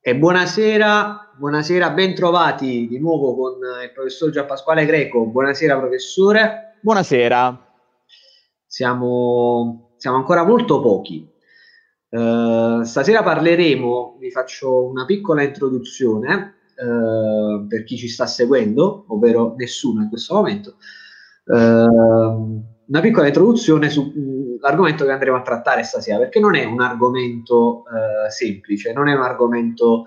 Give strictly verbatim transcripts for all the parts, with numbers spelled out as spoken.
E buonasera, buonasera, ben trovati di nuovo con il professor Gianpasquale Greco. Buonasera professore, Buonasera. siamo, siamo ancora molto pochi. Eh, stasera parleremo, vi faccio una piccola introduzione eh, per chi ci sta seguendo, ovvero nessuno in questo momento. Eh, una piccola introduzione sull'argomento che andremo a trattare stasera, perché non è un argomento eh, semplice, non è un argomento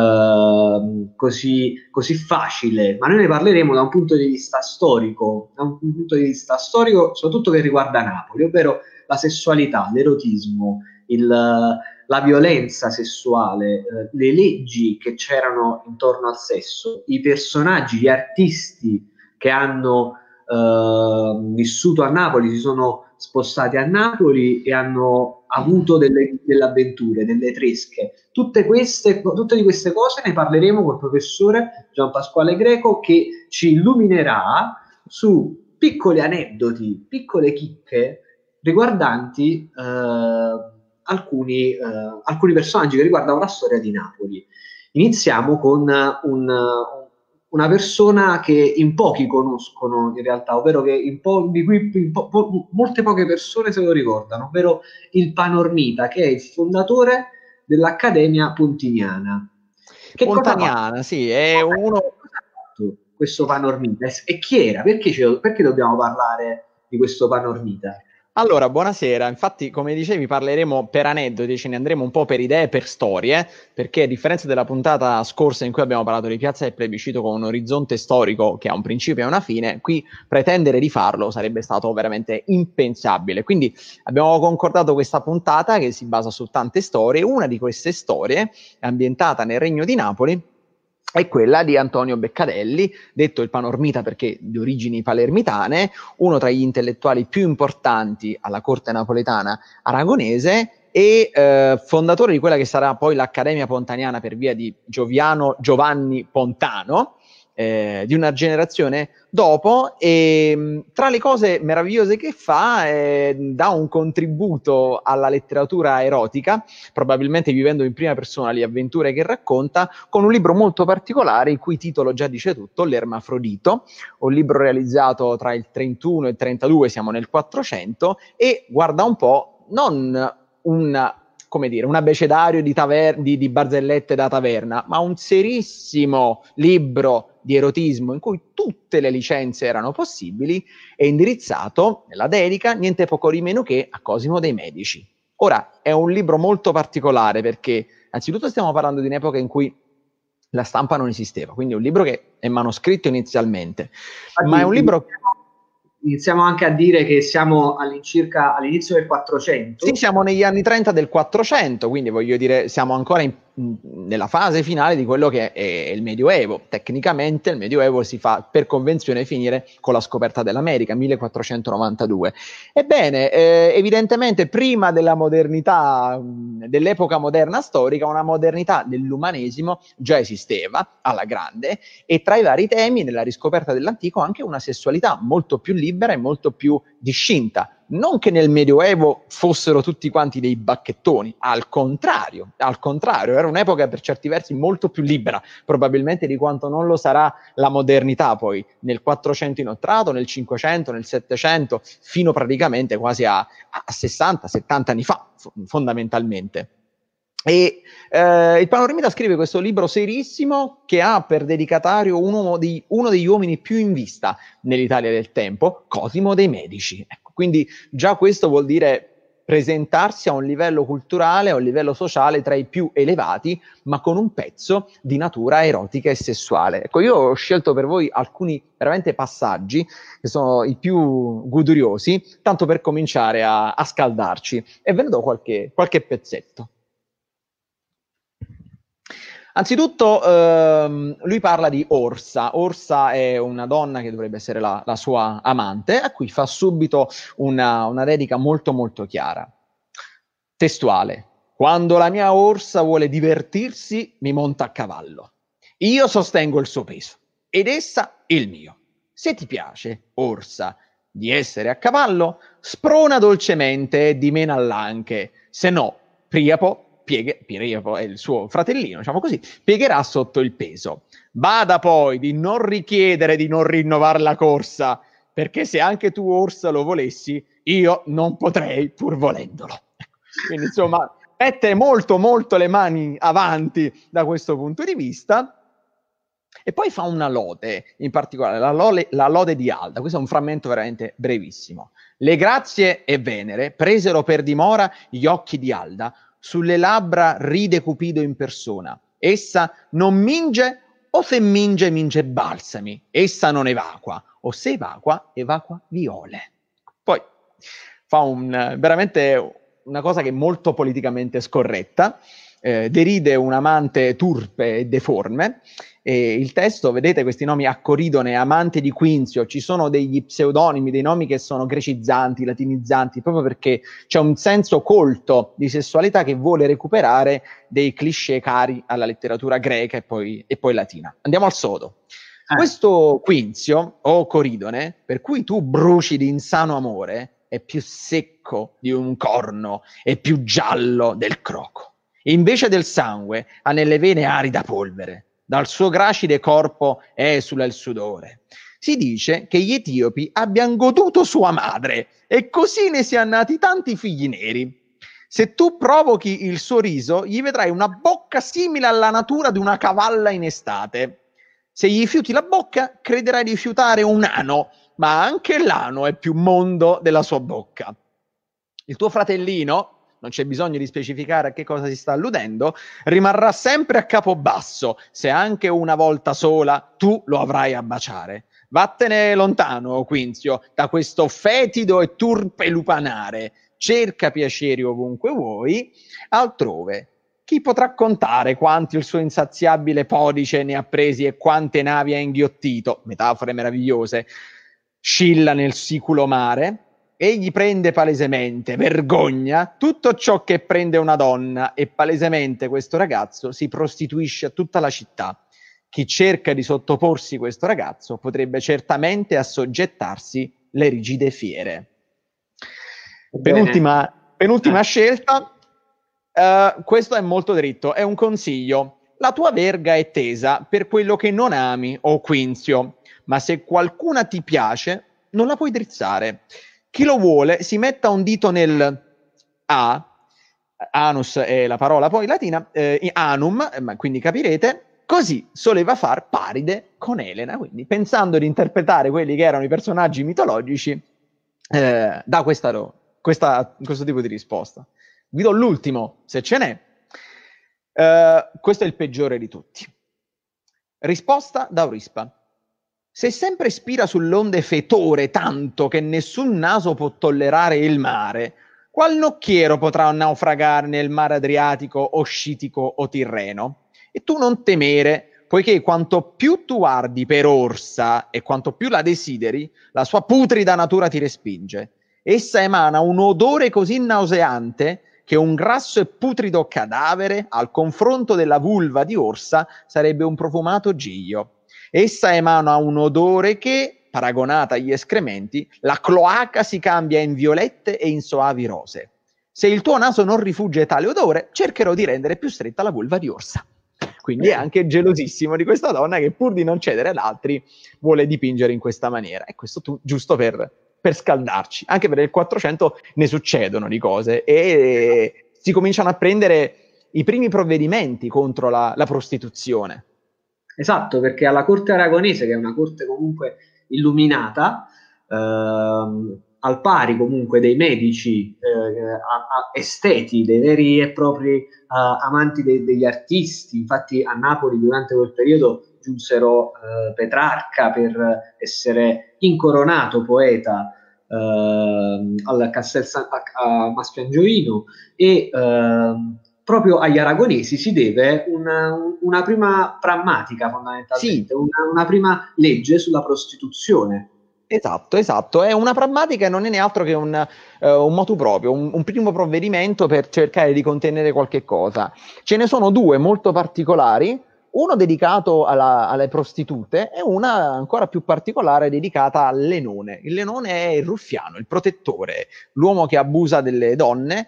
eh, così, così facile, ma noi ne parleremo da un punto di vista storico, da un punto di vista storico soprattutto che riguarda Napoli, ovvero la sessualità, l'erotismo, il, la violenza sessuale, eh, le leggi che c'erano intorno al sesso, i personaggi, gli artisti che hanno eh, vissuto a Napoli, si sono spostati a Napoli e hanno avuto delle, delle avventure, delle tresche. Tutte queste, tutte di queste cose ne parleremo col professore Gian Pasquale Greco che ci illuminerà su piccoli aneddoti, piccole chicche riguardanti eh, alcuni, eh, alcuni personaggi che riguardano la storia di Napoli. Iniziamo con un, una persona che in pochi conoscono in realtà, ovvero che in po- di cui in po- po- molte poche persone se lo ricordano, ovvero il Panormita, che è il fondatore dell'Accademia Pontiniana. Che cosa fa? Pontaniana, sì, è uno. Che cosa ha fatto questo Panormita? E e chi era? Perché, ce- perché dobbiamo parlare di questo Panormita? Allora, buonasera. Infatti, come dicevi, parleremo per aneddoti, ce ne andremo un po' per idee, per storie, perché a differenza della puntata scorsa in cui abbiamo parlato di Piazza del Plebiscito con un orizzonte storico che ha un principio e una fine, qui pretendere di farlo sarebbe stato veramente impensabile. Quindi abbiamo concordato questa puntata che si basa su tante storie. Una di queste storie è ambientata nel Regno di Napoli, è quella di Antonio Beccadelli, detto il Panormita perché di origini palermitane, uno tra gli intellettuali più importanti alla corte napoletana aragonese e eh, fondatore di quella che sarà poi l'Accademia Pontaniana per via di Gioviano Giovanni Pontano, eh, di una generazione dopo, e mh, tra le cose meravigliose che fa eh, dà un contributo alla letteratura erotica, probabilmente vivendo in prima persona le avventure che racconta, con un libro molto particolare, il cui titolo già dice tutto, L'Ermafrodito, un libro realizzato tra il trentuno e il trentadue, siamo nel quattrocento, e guarda un po', non un, come dire, un abbecedario di, taver- di, di barzellette da taverna, ma un serissimo libro di erotismo in cui tutte le licenze erano possibili, è indirizzato nella dedica niente poco di meno che a Cosimo dei Medici. Ora, è un libro molto particolare perché anzitutto stiamo parlando di un'epoca in cui la stampa non esisteva, quindi è un libro che è manoscritto inizialmente, ma è un Infatti, libro. iniziamo anche a dire che siamo all'incirca all'inizio del Sì, quattrocento. siamo negli anni trenta del quattrocento, quindi voglio dire, siamo ancora in, nella fase finale di quello che è il Medioevo. Tecnicamente il Medioevo si fa per convenzione finire con la scoperta dell'America, millequattrocentonovantadue. Ebbene, eh, evidentemente prima della modernità, dell'epoca moderna storica, una modernità dell'umanesimo già esisteva alla grande, e tra i vari temi nella riscoperta dell'antico anche una sessualità molto più libera e molto più discinta. Non che nel Medioevo fossero tutti quanti dei bacchettoni, al contrario, al contrario, era un'epoca per certi versi molto più libera, probabilmente di quanto non lo sarà la modernità poi, nel quattrocento inoltrato, nel cinquecento, nel settecento, fino praticamente quasi a, a sessanta settanta anni fa, fondamentalmente. E eh, il Panoramita scrive questo libro serissimo che ha per dedicatario uno, di, uno degli uomini più in vista nell'Italia del tempo, Cosimo dei Medici. Ecco, quindi già questo vuol dire presentarsi a un livello culturale, a un livello sociale tra i più elevati, ma con un pezzo di natura erotica e sessuale. Ecco, io ho scelto per voi alcuni veramente passaggi che sono i più goduriosi, tanto per cominciare a, a scaldarci, e ve ne do qualche, qualche pezzetto. Anzitutto ehm, lui parla di Orsa. Orsa è una donna che dovrebbe essere la, la sua amante, a cui fa subito una, una dedica molto molto chiara. Testuale. Quando la mia Orsa vuole divertirsi, mi monta a cavallo. Io sostengo il suo peso ed essa il mio. Se ti piace, Orsa, di essere a cavallo, sprona dolcemente e dimena l'anche, se no, Priapo pieghe, Pireo è il suo fratellino, diciamo così, piegherà sotto il peso. Bada poi di non richiedere di non rinnovare la corsa, perché se anche tu, Orsa, lo volessi, io non potrei pur volendolo. Quindi, insomma, mette molto, molto le mani avanti da questo punto di vista. E poi fa una lode, in particolare la lode, la lode di Alda. Questo è un frammento veramente brevissimo. Le grazie e Venere presero per dimora gli occhi di Alda, sulle labbra ride Cupido in persona. Essa non minge, o se minge, minge balsami. Essa non evacua, o se evacua, evacua viole. Poi fa un, veramente una cosa che è molto politicamente scorretta, eh, deride un amante turpe e deforme. E il testo, vedete questi nomi, Accoridone, amante di Quinzio, ci sono degli pseudonimi, dei nomi che sono grecizzanti, latinizzanti, proprio perché c'è un senso colto di sessualità che vuole recuperare dei cliché cari alla letteratura greca e poi, e poi latina. Andiamo al sodo. Eh. Questo Quinzio, o Coridone, per cui tu bruci di insano amore, è più secco di un corno e più giallo del croco. Invece del sangue ha nelle vene arida polvere. Dal suo gracile corpo esula il sudore. Si dice che gli etiopi abbiano goduto sua madre e così ne siano nati tanti figli neri. Se tu provochi il suo riso, gli vedrai una bocca simile alla natura di una cavalla in estate. Se gli fiuti la bocca, crederai di fiutare un ano, ma anche l'ano è più mondo della sua bocca. Il tuo fratellino, non c'è bisogno di specificare a che cosa si sta alludendo, rimarrà sempre a capo basso, se anche una volta sola tu lo avrai a baciare. Vattene lontano, Quinzio, da questo fetido e turpe lupanare, cerca piaceri ovunque vuoi, altrove. Chi potrà contare quanti il suo insaziabile podice ne ha presi e quante navi ha inghiottito, metafore meravigliose, scilla nel siculo mare. Egli prende palesemente, vergogna, tutto ciò che prende una donna e palesemente questo ragazzo si prostituisce a tutta la città. Chi cerca di sottoporsi questo ragazzo potrebbe certamente assoggettarsi le rigide fiere. Penultima, penultima ah. scelta, uh, questo è molto dritto, è un consiglio. La tua verga è tesa per quello che non ami, o Quinzio, ma se qualcuna ti piace non la puoi drizzare. Chi lo vuole si metta un dito nel A, anus è la parola poi latina, eh, anum, ma quindi capirete, così soleva far Paride con Elena, quindi pensando di interpretare quelli che erano i personaggi mitologici, eh, da questa, questa, questo tipo di risposta. Vi do l'ultimo, se ce n'è. Eh, questo è il peggiore di tutti. Risposta da Aurispa. Se sempre spira sull'onde fetore tanto che nessun naso può tollerare il mare, qual nocchiero potrà naufragare nel mare Adriatico o Scitico o Tirreno? E tu non temere, poiché quanto più tu ardi per Orsa e quanto più la desideri, la sua putrida natura ti respinge. Essa emana un odore così nauseante che un grasso e putrido cadavere, al confronto della vulva di Orsa, sarebbe un profumato giglio. Essa emana un odore che, paragonata agli escrementi, la cloaca si cambia in violette e in soavi rose. Se il tuo naso non rifugge tale odore, cercherò di rendere più stretta la vulva di Orsa. Quindi è anche gelosissimo di questa donna che, pur di non cedere ad altri, vuole dipingere in questa maniera. E questo tu, giusto per, per scaldarci. Anche per il quattrocento ne succedono di cose e si cominciano a prendere i primi provvedimenti contro la, la prostituzione. Esatto, perché alla corte aragonese, che è una corte comunque illuminata, ehm, al pari comunque dei medici eh, a, a esteti, dei veri e propri uh, amanti de, degli artisti. Infatti a Napoli durante quel periodo giunsero uh, Petrarca per essere incoronato poeta uh, al Castel San, a, a Mastroangioino e uh, proprio agli aragonesi si deve una, una prima prammatica fondamentalmente, sì. una, una prima legge sulla prostituzione. Esatto, esatto, è una pragmatica e non è né altro che un, uh, un motu proprio, un, un primo provvedimento per cercare di contenere qualche cosa. Ce ne sono due molto particolari, uno dedicato alla, alle prostitute e una ancora più particolare dedicata al lenone. Il lenone è il ruffiano, il protettore, l'uomo che abusa delle donne,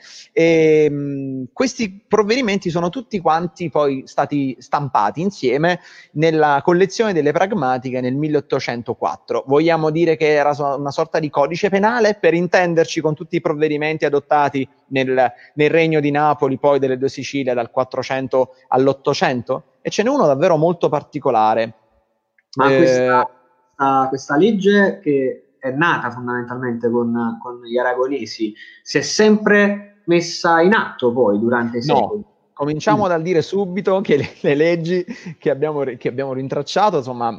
e mh, questi provvedimenti sono tutti quanti poi stati stampati insieme nella collezione delle pragmatiche nel milleottocentoquattro. Vogliamo dire che era una sorta di codice penale, per intenderci, con tutti i provvedimenti adottati nel, nel regno di Napoli, poi delle due Sicilie, dal quattrocento all'ottocento? E ce n'è uno davvero molto particolare. Ma eh, questa, questa, questa legge, che è nata fondamentalmente con, con gli aragonesi, si è sempre messa in atto poi durante i secoli? No, cominciamo Mm. dal dire subito che le, le leggi che abbiamo, che abbiamo rintracciato, insomma,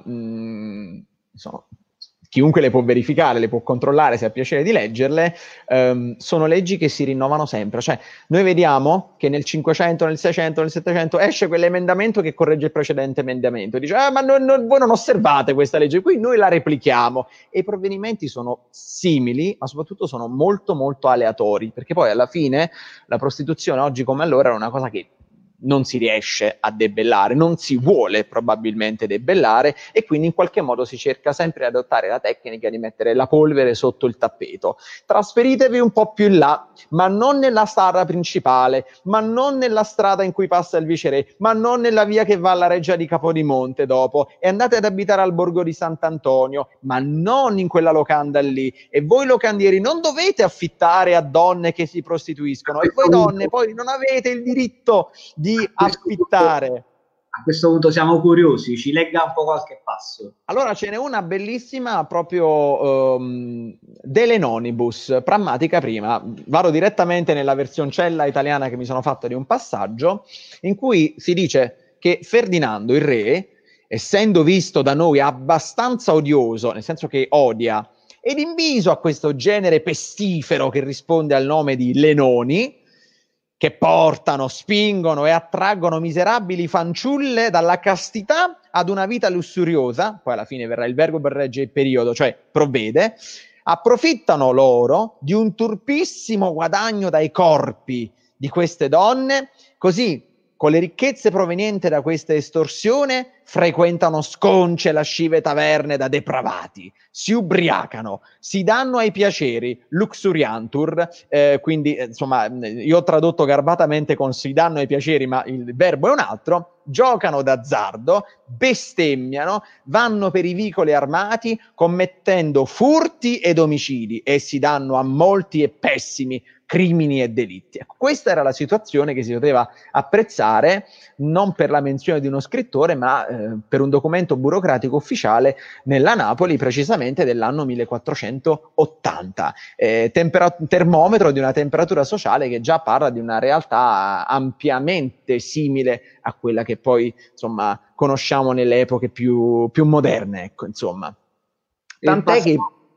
mh, sono, chiunque le può verificare, le può controllare se ha piacere di leggerle, ehm, sono leggi che si rinnovano sempre. Cioè, noi vediamo che nel cinquecento, nel seicento, nel settecento esce quell'emendamento che corregge il precedente emendamento. Dice, ah, ma non, non, voi non osservate questa legge, qui noi la replichiamo. E i provvedimenti sono simili, ma soprattutto sono molto, molto aleatori, perché poi alla fine la prostituzione, oggi come allora, è una cosa che non si riesce a debellare, non si vuole probabilmente debellare, e quindi in qualche modo si cerca sempre di adottare la tecnica di mettere la polvere sotto il tappeto. Trasferitevi un po' più in là, ma non nella strada principale, ma non nella strada in cui passa il viceré, ma non nella via che va alla Reggia di Capodimonte dopo, e andate ad abitare al borgo di Sant'Antonio, ma non in quella locanda lì. E voi locandieri non dovete affittare a donne che si prostituiscono, e voi donne poi non avete il diritto di di affittare. Punto, a questo punto siamo curiosi, ci legga un po' qualche passo. Allora ce n'è una bellissima proprio um, De Lenonibus, Prammatica prima. Vado direttamente nella versioncella italiana che mi sono fatto di un passaggio, in cui si dice che Ferdinando, il re, essendo visto da noi abbastanza odioso, nel senso che odia, ed inviso a questo genere pestifero che risponde al nome di Lenoni, che portano, spingono e attraggono miserabili fanciulle dalla castità ad una vita lussuriosa, poi alla fine verrà il verbo per reggere il periodo, cioè provvede, approfittano loro di un turpissimo guadagno dai corpi di queste donne, così con le ricchezze provenienti da questa estorsione frequentano sconce e lascive taverne da depravati, si ubriacano, si danno ai piaceri, luxuriantur, eh, quindi insomma io ho tradotto garbatamente con si danno ai piaceri, ma il verbo è un altro, giocano d'azzardo, bestemmiano, vanno per i vicoli armati commettendo furti ed omicidi e si danno a molti e pessimi crimini e delitti. Ecco, questa era la situazione che si poteva apprezzare non per la menzione di uno scrittore, ma eh, per un documento burocratico ufficiale nella Napoli, precisamente dell'anno millequattrocentottanta. Eh, tempera- termometro di una temperatura sociale che già parla di una realtà ampiamente simile a quella che poi, insomma, conosciamo nelle epoche più, più moderne, ecco, insomma. Tant'è passa... che...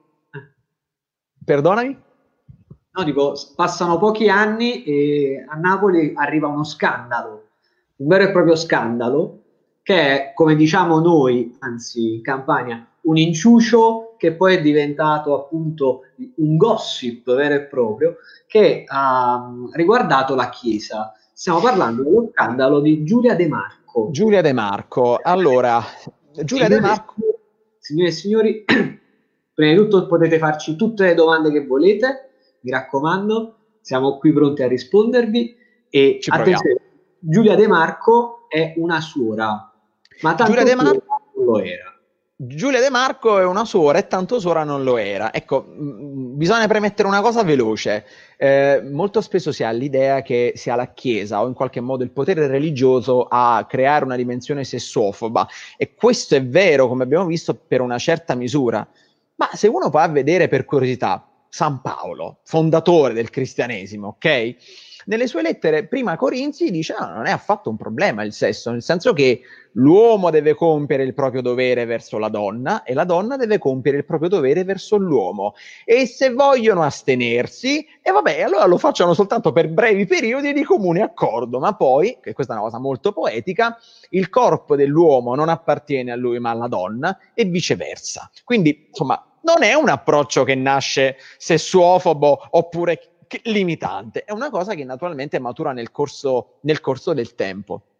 Perdonami? No, dico, passano pochi anni e a Napoli arriva uno scandalo, un vero e proprio scandalo, che è, come diciamo noi, anzi in Campania, un inciucio che poi è diventato appunto un gossip vero e proprio, che ha riguardato la Chiesa. Stiamo parlando dello scandalo di Giulia De Marco. Giulia De Marco, allora, Giulia signori, De Marco... Signore e signori, prima di tutto potete farci tutte le domande che volete, mi raccomando, siamo qui pronti a rispondervi. E Ci attenzione, Giulia De Marco è una suora, ma tanto Giulia De Marco non lo era. Giulia De Marco è una suora e tanto suora non lo era. Ecco, mh, bisogna premettere una cosa veloce. Eh, molto spesso si ha l'idea che sia la Chiesa o in qualche modo il potere religioso a creare una dimensione sessuofoba, e questo è vero, come abbiamo visto, per una certa misura. Ma se uno va a vedere per curiosità San Paolo, fondatore del cristianesimo, ok? Nelle sue lettere prima a Corinzi dice no, non è affatto un problema il sesso, nel senso che l'uomo deve compiere il proprio dovere verso la donna e la donna deve compiere il proprio dovere verso l'uomo, e se vogliono astenersi, e vabbè, allora lo facciano soltanto per brevi periodi di comune accordo, ma poi, che questa è una cosa molto poetica, il corpo dell'uomo non appartiene a lui ma alla donna e viceversa. Quindi, insomma, non è un approccio che nasce sessuofobo oppure limitante, è una cosa che naturalmente matura nel corso, nel corso del tempo.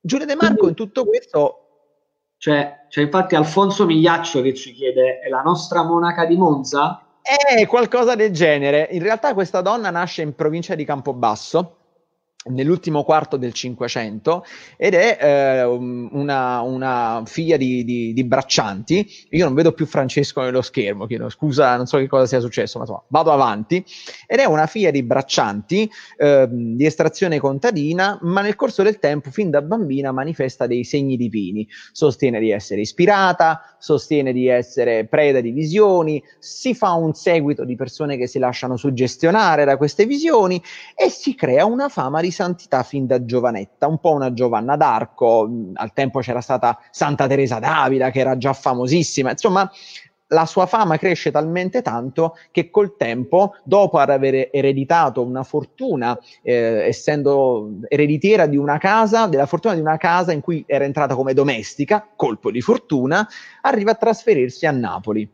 Giulia De Marco Quindi, in tutto questo... c'è, c'è infatti Alfonso Migliaccio che ci chiede: è la nostra monaca di Monza? È qualcosa del genere. In realtà questa donna nasce in provincia di Campobasso, nell'ultimo quarto del Cinquecento, ed è eh, una, una figlia di, di, di braccianti. Io non vedo più Francesco nello schermo, chiedo scusa, non so che cosa sia successo, ma insomma, vado avanti. Ed è una figlia di braccianti, eh, di estrazione contadina, ma nel corso del tempo, fin da bambina, manifesta dei segni divini. Sostiene di essere ispirata, sostiene di essere preda di visioni, si fa un seguito di persone che si lasciano suggestionare da queste visioni e si crea una fama di santità fin da giovanetta, un po' una Giovanna d'Arco. Al tempo c'era stata Santa Teresa d'Avila che era già famosissima, insomma la sua fama cresce talmente tanto che col tempo, dopo aver ereditato una fortuna, eh, essendo ereditiera di una casa, della fortuna di una casa in cui era entrata come domestica, colpo di fortuna, arriva a trasferirsi a Napoli.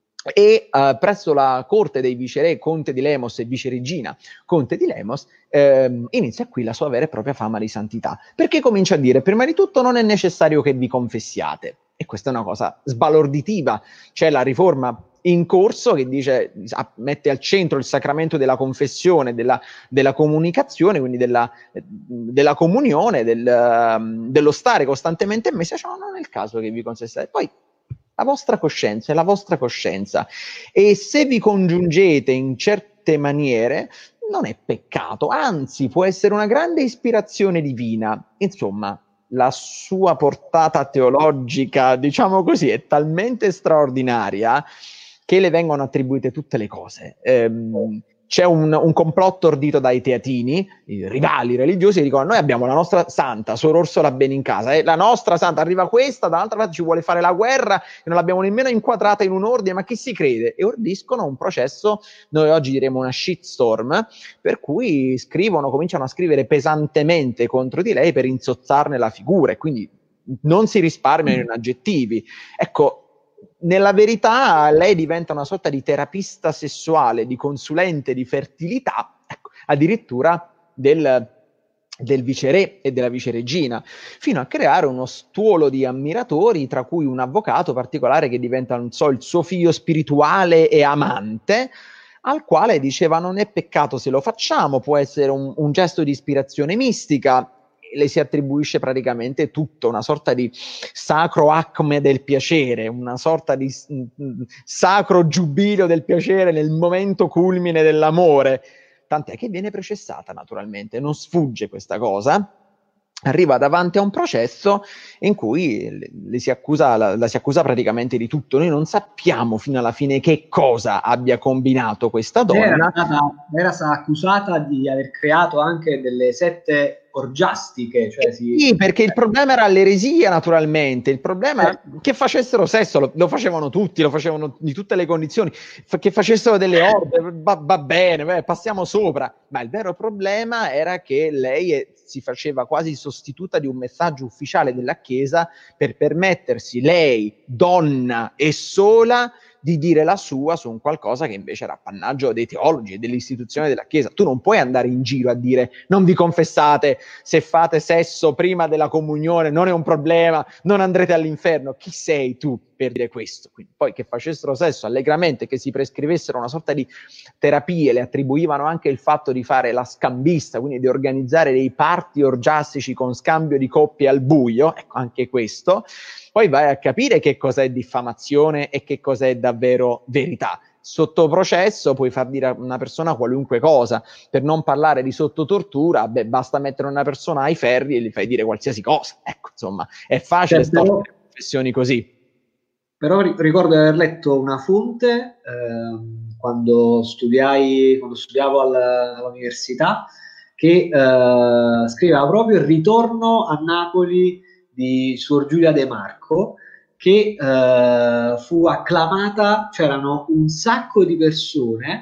E uh, presso la corte dei viceré Conte di Lemos e viceregina Conte di Lemos ehm, inizia qui la sua vera e propria fama di santità, perché comincia a dire: prima di tutto non è necessario che vi confessiate, e questa è una cosa sbalorditiva. C'è la riforma in corso che dice, mette al centro il sacramento della confessione, della, della comunicazione, quindi della, della comunione, del, dello stare costantemente in messa. Cioè, non è il caso che vi confessiate. Poi la vostra coscienza è la vostra coscienza, e se vi congiungete in certe maniere non è peccato, anzi può essere una grande ispirazione divina. Insomma, la sua portata teologica, diciamo così, è talmente straordinaria che le vengono attribuite tutte le cose. Ehm, c'è un, un complotto ordito dai teatini, i rivali religiosi, che dicono: noi abbiamo la nostra santa, Sor Orsola Benincasa, e la nostra santa, arriva questa, dall'altra parte ci vuole fare la guerra, e non l'abbiamo nemmeno inquadrata in un ordine, ma chi si crede? E ordiscono un processo, noi oggi diremo una shitstorm, per cui scrivono, cominciano a scrivere pesantemente contro di lei per insozzarne la figura, e quindi non si risparmiano in aggettivi. Ecco, nella verità lei diventa una sorta di terapista sessuale, di consulente di fertilità, ecco, addirittura del, del viceré e della viceregina, fino a creare uno stuolo di ammiratori, tra cui un avvocato particolare che diventa, non so, il suo figlio spirituale e amante, al quale diceva: non è peccato se lo facciamo, può essere un, un gesto di ispirazione mistica. Le si attribuisce praticamente tutto, una sorta di sacro acme del piacere, una sorta di mh, sacro giubileo del piacere nel momento culmine dell'amore, tant'è che viene processata naturalmente, non sfugge questa cosa, arriva davanti a un processo in cui le, le si accusa, la, la si accusa praticamente di tutto. Noi non sappiamo fino alla fine che cosa abbia combinato questa donna. Era stata, era stata accusata di aver creato anche delle sette orgiastiche. Cioè si... Sì, perché il problema era l'eresia, naturalmente. Il problema era Eh. che facessero sesso, lo, lo facevano tutti, lo facevano di tutte le condizioni, fa, che facessero delle orde, va, va bene, beh, passiamo sopra. Ma il vero problema era che lei è, si faceva quasi sostituta di un messaggio ufficiale della Chiesa per permettersi, lei, donna e sola, di dire la sua su un qualcosa che invece era appannaggio dei teologi e dell'istituzione della Chiesa. Tu non puoi andare in giro a dire: non vi confessate, se fate sesso prima della comunione non è un problema, non andrete all'inferno. Chi sei tu per dire questo? Quindi, poi che facessero sesso allegramente, che si prescrivessero una sorta di terapie, le attribuivano anche il fatto di fare la scambista, quindi di organizzare dei party orgiastici con scambio di coppie al buio, ecco, anche questo. Poi vai a capire che cos'è diffamazione e che cos'è davvero verità. Sotto processo puoi far dire a una persona qualunque cosa, per non parlare di sotto tortura, beh, basta mettere una persona ai ferri e gli fai dire qualsiasi cosa. Ecco, insomma, è facile Cioè, però, storcere confessioni così. però ricordo di aver letto una fonte eh, quando studiai, quando studiavo al, all'università, che eh, scriveva proprio il ritorno a Napoli di Suor Giulia De Marco, che eh, fu acclamata, c'erano un sacco di persone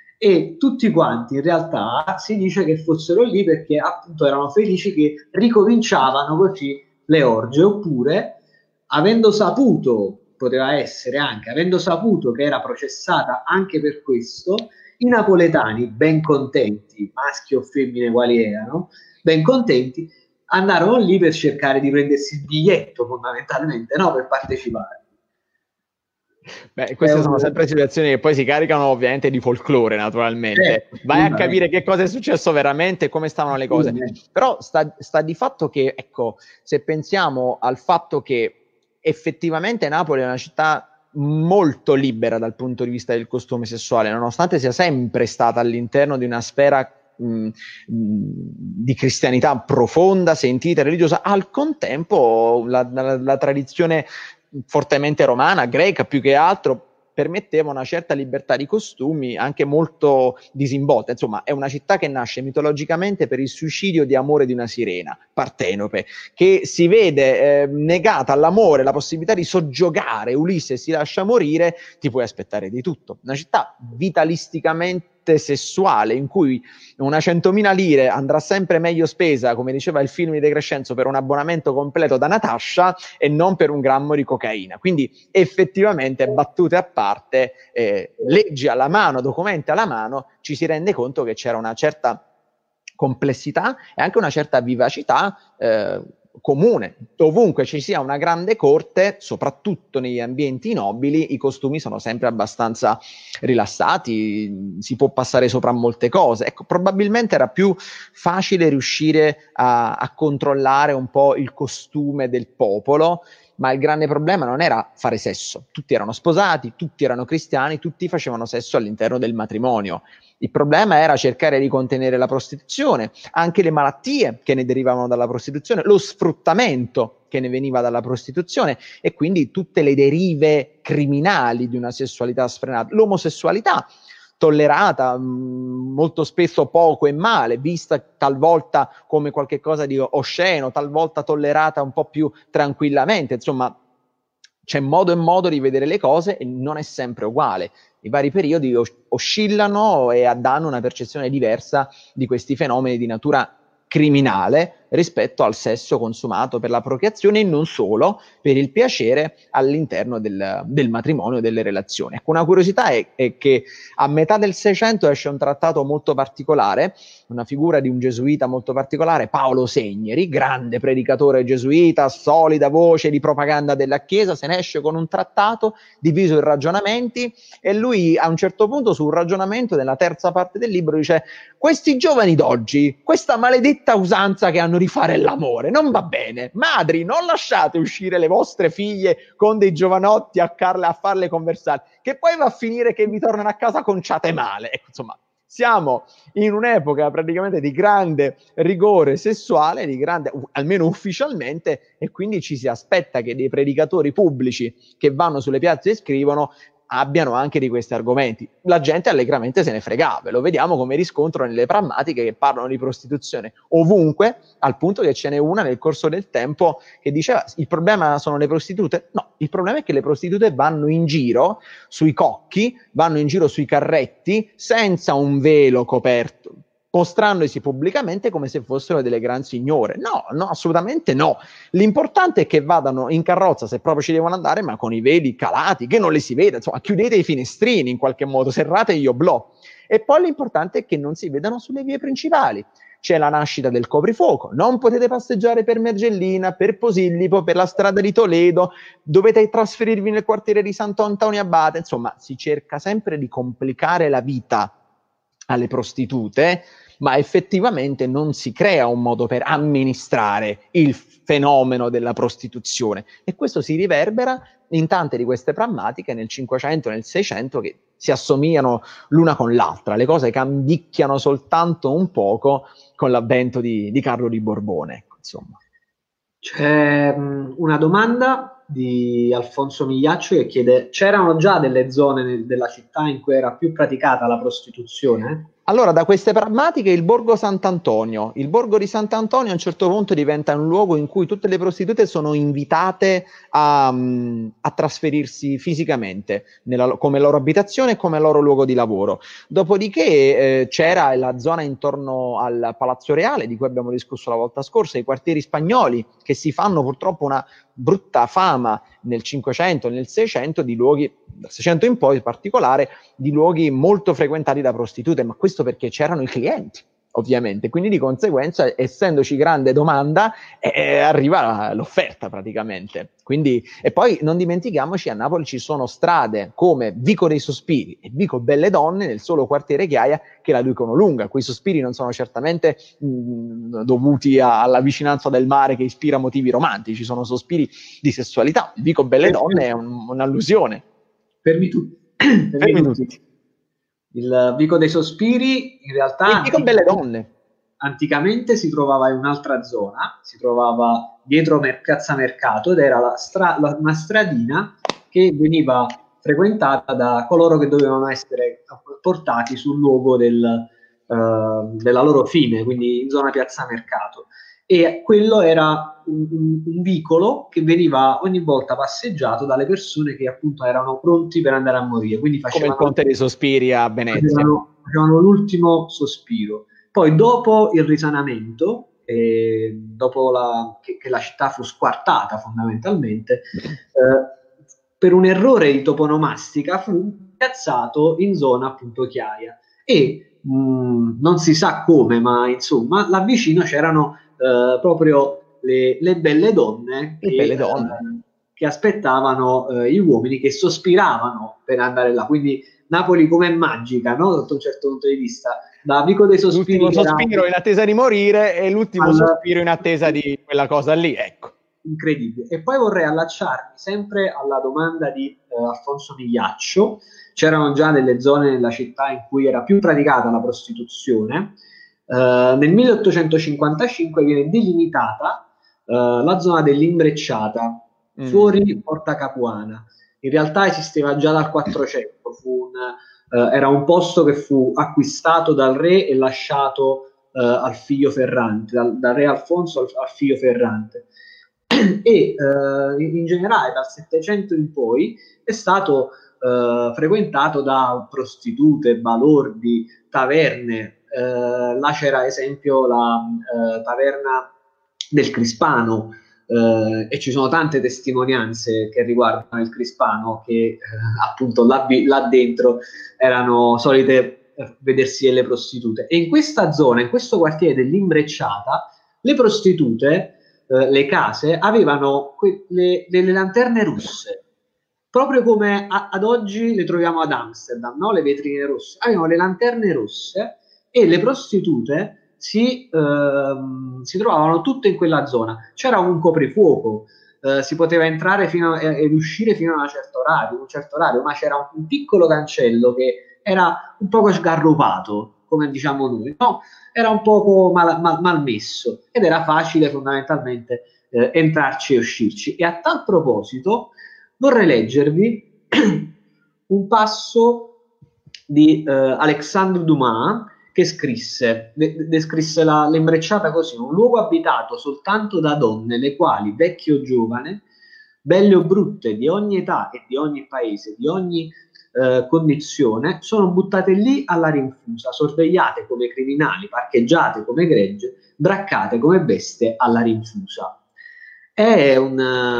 e tutti quanti in realtà si dice che fossero lì perché appunto erano felici che ricominciavano così le orge, oppure avendo saputo, poteva essere anche, avendo saputo che era processata anche per questo, i napoletani ben contenti, maschi o femmine quali erano, ben contenti, andarono lì per cercare di prendersi il biglietto, fondamentalmente, no? Per partecipare. Beh, queste È sono un... sempre situazioni che poi si caricano ovviamente di folklore, naturalmente. Certo, Vai a capire che cosa è successo veramente e come stavano le cose. Però sta, sta di fatto che, ecco, se pensiamo al fatto che effettivamente Napoli è una città molto libera dal punto di vista del costume sessuale, nonostante sia sempre stata all'interno di una sfera mh, di cristianità profonda, sentita, religiosa, al contempo la, la, la tradizione fortemente romana, greca più che altro, permetteva una certa libertà di costumi anche molto disinvolta. Insomma, è una città che nasce mitologicamente per il suicidio di amore di una sirena, Partenope, che si vede eh, negata all'amore la possibilità di soggiogare. Ulisse si lascia morire, ti puoi aspettare di tutto. Una città vitalisticamente sessuale, in cui una centomila lire andrà sempre meglio spesa, come diceva il film di De Crescenzo, per un abbonamento completo da Natascia e non per un grammo di cocaina. Quindi effettivamente, battute a parte, eh, leggi alla mano, documenti alla mano, ci si rende conto che c'era una certa complessità e anche una certa vivacità eh, comune. Ovunque ci sia una grande corte, soprattutto negli ambienti nobili, i costumi sono sempre abbastanza rilassati, si può passare sopra molte cose. Ecco, probabilmente era più facile riuscire a, a controllare un po' il costume del popolo, ma il grande problema non era fare sesso. Tutti erano sposati, tutti erano cristiani, tutti facevano sesso all'interno del matrimonio. Il problema era cercare di contenere la prostituzione, anche le malattie che ne derivavano dalla prostituzione, lo sfruttamento che ne veniva dalla prostituzione e quindi tutte le derive criminali di una sessualità sfrenata. L'omosessualità tollerata mh, molto spesso poco e male, vista talvolta come qualcosa di osceno, talvolta tollerata un po' più tranquillamente. Insomma, c'è modo e modo di vedere le cose e non è sempre uguale. I vari periodi os- oscillano e danno una percezione diversa di questi fenomeni di natura criminale rispetto al sesso consumato per la procreazione e non solo per il piacere all'interno del, del matrimonio e delle relazioni. Ecco, una curiosità è, è che a metà del Seicento esce un trattato molto particolare, una figura di un gesuita molto particolare, Paolo Segneri, grande predicatore gesuita, solida voce di propaganda della Chiesa, se ne esce con un trattato diviso in ragionamenti e lui a un certo punto sul ragionamento nella terza parte del libro dice: questi giovani d'oggi, questa maledetta usanza che hanno di fare l'amore, non va bene. Madri, non lasciate uscire le vostre figlie con dei giovanotti a, carle, a farle conversare, che poi va a finire che vi tornano a casa conciate male. Ecco, insomma, siamo in un'epoca praticamente di grande rigore sessuale, di grande, almeno ufficialmente, e quindi ci si aspetta che dei predicatori pubblici che vanno sulle piazze e scrivono abbiano anche di questi argomenti. La gente allegramente se ne fregava, lo vediamo come riscontro nelle prammatiche che parlano di prostituzione ovunque, al punto che ce n'è una nel corso del tempo che diceva: il problema sono le prostitute? No, il problema è che le prostitute vanno in giro sui cocchi, vanno in giro sui carretti senza un velo coperto, mostrandosi pubblicamente come se fossero delle gran signore. No, no, assolutamente no. L'importante è che vadano in carrozza, se proprio ci devono andare, ma con i veli calati, che non le si veda, insomma, chiudete i finestrini in qualche modo, serrate gli oblò. E poi l'importante è che non si vedano sulle vie principali. C'è la nascita del coprifuoco, non potete passeggiare per Mergellina, per Posillipo, per la strada di Toledo, dovete trasferirvi nel quartiere di Sant'Antonio Abate. Insomma, si cerca sempre di complicare la vita alle prostitute, ma effettivamente non si crea un modo per amministrare il fenomeno della prostituzione, e questo si riverbera in tante di queste prammatiche nel Cinquecento e nel Seicento che si assomigliano l'una con l'altra. Le cose cambicchiano soltanto un poco con l'avvento di, di Carlo di Borbone, ecco, insomma. C'è mh, una domanda di Alfonso Migliaccio che chiede: c'erano già delle zone nel- della città in cui era più praticata la prostituzione? Allora, da queste prammatiche il borgo Sant'Antonio. Il borgo di Sant'Antonio a un certo punto diventa un luogo in cui tutte le prostitute sono invitate a, um, a trasferirsi fisicamente nella, come loro abitazione e come loro luogo di lavoro. Dopodiché eh, c'era la zona intorno al Palazzo Reale, di cui abbiamo discusso la volta scorsa, i quartieri spagnoli, che si fanno purtroppo una brutta fama nel Cinquecento e nel Seicento di luoghi, dal Seicento in poi in particolare, di luoghi molto frequentati da prostitute, ma questo perché c'erano i clienti. ovviamente, quindi di conseguenza, essendoci grande domanda, eh, arriva l'offerta praticamente. Quindi, e poi non dimentichiamoci, a Napoli ci sono strade come Vico dei Sospiri e Vico Belle Donne, nel solo quartiere Ghiaia, che la dicono lunga. Quei sospiri non sono certamente mh, dovuti a, alla vicinanza del mare che ispira motivi romantici, sono sospiri di sessualità. Vico Belle Donne è un, un'allusione. Fermi tutti. Fermi Fermi tutti. tutti. Il Vico dei Sospiri in realtà Il Vico Belle Donne. Anticamente si trovava in un'altra zona, si trovava dietro Piazza Mercato ed era la stra- la, una stradina che veniva frequentata da coloro che dovevano essere portati sul luogo del, uh, della loro fine, quindi in zona Piazza Mercato. E quello era un, un, un vicolo che veniva ogni volta passeggiato dalle persone che appunto erano pronti per andare a morire. Quindi facevano, come il Ponte dei Sospiri a Venezia. Facevano, facevano l'ultimo sospiro. Poi dopo il risanamento, eh, dopo la, che, che la città fu squartata fondamentalmente, eh, per un errore di toponomastica fu piazzato in zona appunto Chiaia e mh, non si sa come, ma insomma là vicino c'erano eh, proprio le, le belle donne Le che, belle donne. Eh, che aspettavano eh, gli uomini, che sospiravano per andare là, quindi Napoli com'è magica, no? Sotto un certo punto di vista, da Vico dei Sospiri, l'ultimo sospiro era... in attesa di morire e l'ultimo al... sospiro in attesa di quella cosa lì, ecco. Incredibile. E poi vorrei allacciarmi sempre alla domanda di eh, Alfonso Migliaccio. C'erano già delle zone nella città in cui era più praticata la prostituzione. Eh, nel milleottocentocinquantacinque viene delimitata eh, la zona dell'Imbrecciata, Mm. fuori Porta Capuana. In realtà esisteva già dal quattrocento, fu un, eh, era un posto che fu acquistato dal re e lasciato eh, al figlio Ferrante, dal, dal re Alfonso al, al figlio Ferrante. E eh, in generale dal Settecento in poi è stato eh, frequentato da prostitute, balordi, taverne. Eh, là c'era ad esempio la eh, taverna del Crispano, eh, e ci sono tante testimonianze che riguardano il Crispano che eh, appunto là, là dentro erano solite eh, vedersi delle prostitute. E in questa zona, in questo quartiere dell'Imbrecciata, le prostitute, eh, le case, avevano que- le, delle lanterne rosse, proprio come a- ad oggi le troviamo ad Amsterdam, no? Le vetrine rosse. Avevano le lanterne rosse e le prostitute si, ehm, si trovavano tutte in quella zona. C'era un coprifuoco, eh, si poteva entrare fino a, ed uscire fino a un certo orario, un certo orario, ma c'era un, un piccolo cancello che era un poco sgarrupato, come diciamo noi, no? Era un poco mal, mal, mal messo ed era facile fondamentalmente eh, entrarci e uscirci. E a tal proposito vorrei leggervi un passo di eh, Alexandre Dumas, che scrisse, de- descrisse la, l'Imbrecciata così: un luogo abitato soltanto da donne, le quali, vecchie o giovane, belle o brutte, di ogni età e di ogni paese, di ogni eh, condizione, sono buttate lì alla rinfusa, sorvegliate come criminali, parcheggiate come gregge, braccate come bestie alla rinfusa. È un,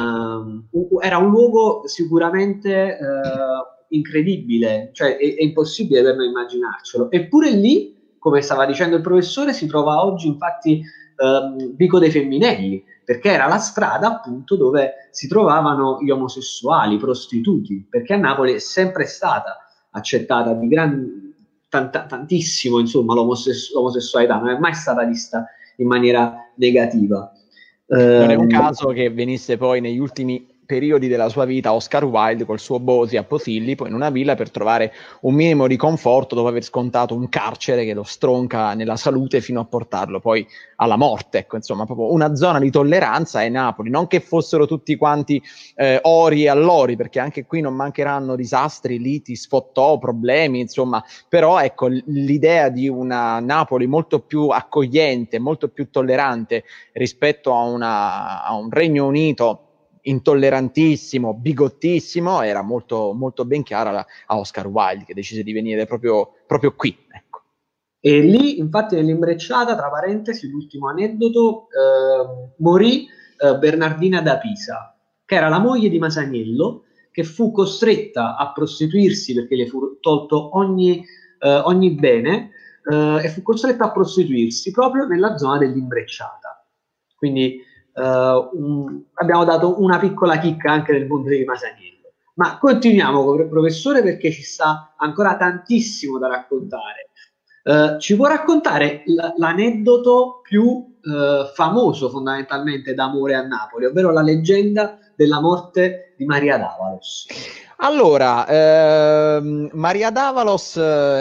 uh, era un luogo sicuramente uh, incredibile, cioè è, è impossibile per noi immaginarcelo. Eppure lì, come stava dicendo il professore, si trova oggi infatti um, Vico dei Femminelli, perché era la strada appunto dove si trovavano gli omosessuali, i prostituti, perché a Napoli è sempre stata accettata di gran, tanta, tantissimo, insomma, l'omosessu- l'omosessualità, non è mai stata vista in maniera negativa. Non è un Um, caso che venisse poi negli ultimi periodi della sua vita Oscar Wilde col suo Bosi a Posillipo in una villa per trovare un minimo di conforto dopo aver scontato un carcere che lo stronca nella salute fino a portarlo poi alla morte. Ecco, insomma, proprio una zona di tolleranza è Napoli, non che fossero tutti quanti eh, ori e allori, perché anche qui non mancheranno disastri, liti, sfottò, problemi, insomma, però ecco, l'idea di una Napoli molto più accogliente, molto più tollerante rispetto a, una, a un Regno Unito intollerantissimo, bigottissimo, era molto, molto ben chiara a Oscar Wilde, che decise di venire proprio, proprio qui. Ecco. E lì, infatti, nell'Imbrecciata, tra parentesi, l'ultimo aneddoto, eh, morì eh, Bernardina da Pisa, che era la moglie di Masaniello, che fu costretta a prostituirsi perché le fu tolto ogni, eh, ogni bene, eh, e fu costretto a prostituirsi proprio nella zona dell'Imbrecciata. Quindi eh, un, abbiamo dato una piccola chicca anche nel mondo di Masaniello. Ma continuiamo, professore, perché ci sta ancora tantissimo da raccontare. Uh, ci può raccontare l- l'aneddoto più uh, famoso fondamentalmente d'amore a Napoli, ovvero la leggenda della morte di Maria d'Avalos? Allora, ehm, Maria d'Avalos,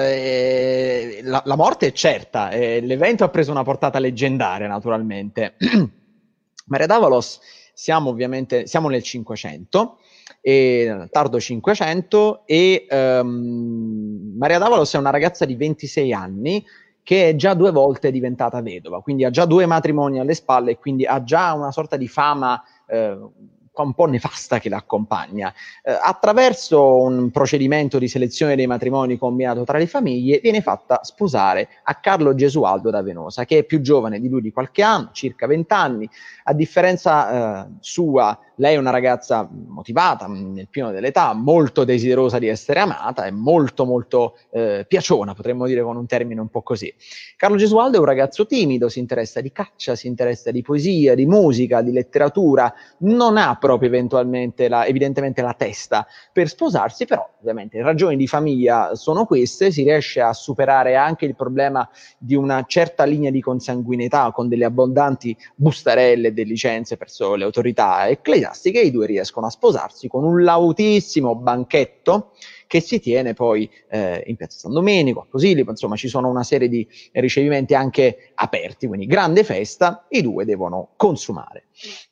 eh, la, la morte è certa, eh, l'evento ha preso una portata leggendaria naturalmente. Maria d'Avalos, siamo ovviamente siamo nel Cinquecento, e, tardo Cinquecento, e ehm, Maria d'Avalos è una ragazza di ventisei anni che è già due volte diventata vedova, quindi ha già due matrimoni alle spalle e quindi ha già una sorta di fama eh, un po' nefasta che l'accompagna. Eh, attraverso un procedimento di selezione dei matrimoni combinato tra le famiglie viene fatta sposare a Carlo Gesualdo da Venosa, che è più giovane di lui di qualche anno, circa venti anni. A differenza eh, sua, lei è una ragazza motivata, nel pieno dell'età, molto desiderosa di essere amata e molto molto eh, piaciona, potremmo dire con un termine un po' così. Carlo Gesualdo è un ragazzo timido, si interessa di caccia, si interessa di poesia, di musica, di letteratura, non ha proprio eventualmente la, evidentemente la testa per sposarsi, però ovviamente ragioni di famiglia sono queste, si riesce a superare anche il problema di una certa linea di consanguinità con delle abbondanti bustarelle e licenze presso le autorità ecclesiastiche, e i due riescono a sposarsi con un lautissimo banchetto che si tiene poi eh, in piazza San Domenico, a Posillipo, insomma ci sono una serie di ricevimenti anche aperti, quindi grande festa, i due devono consumare.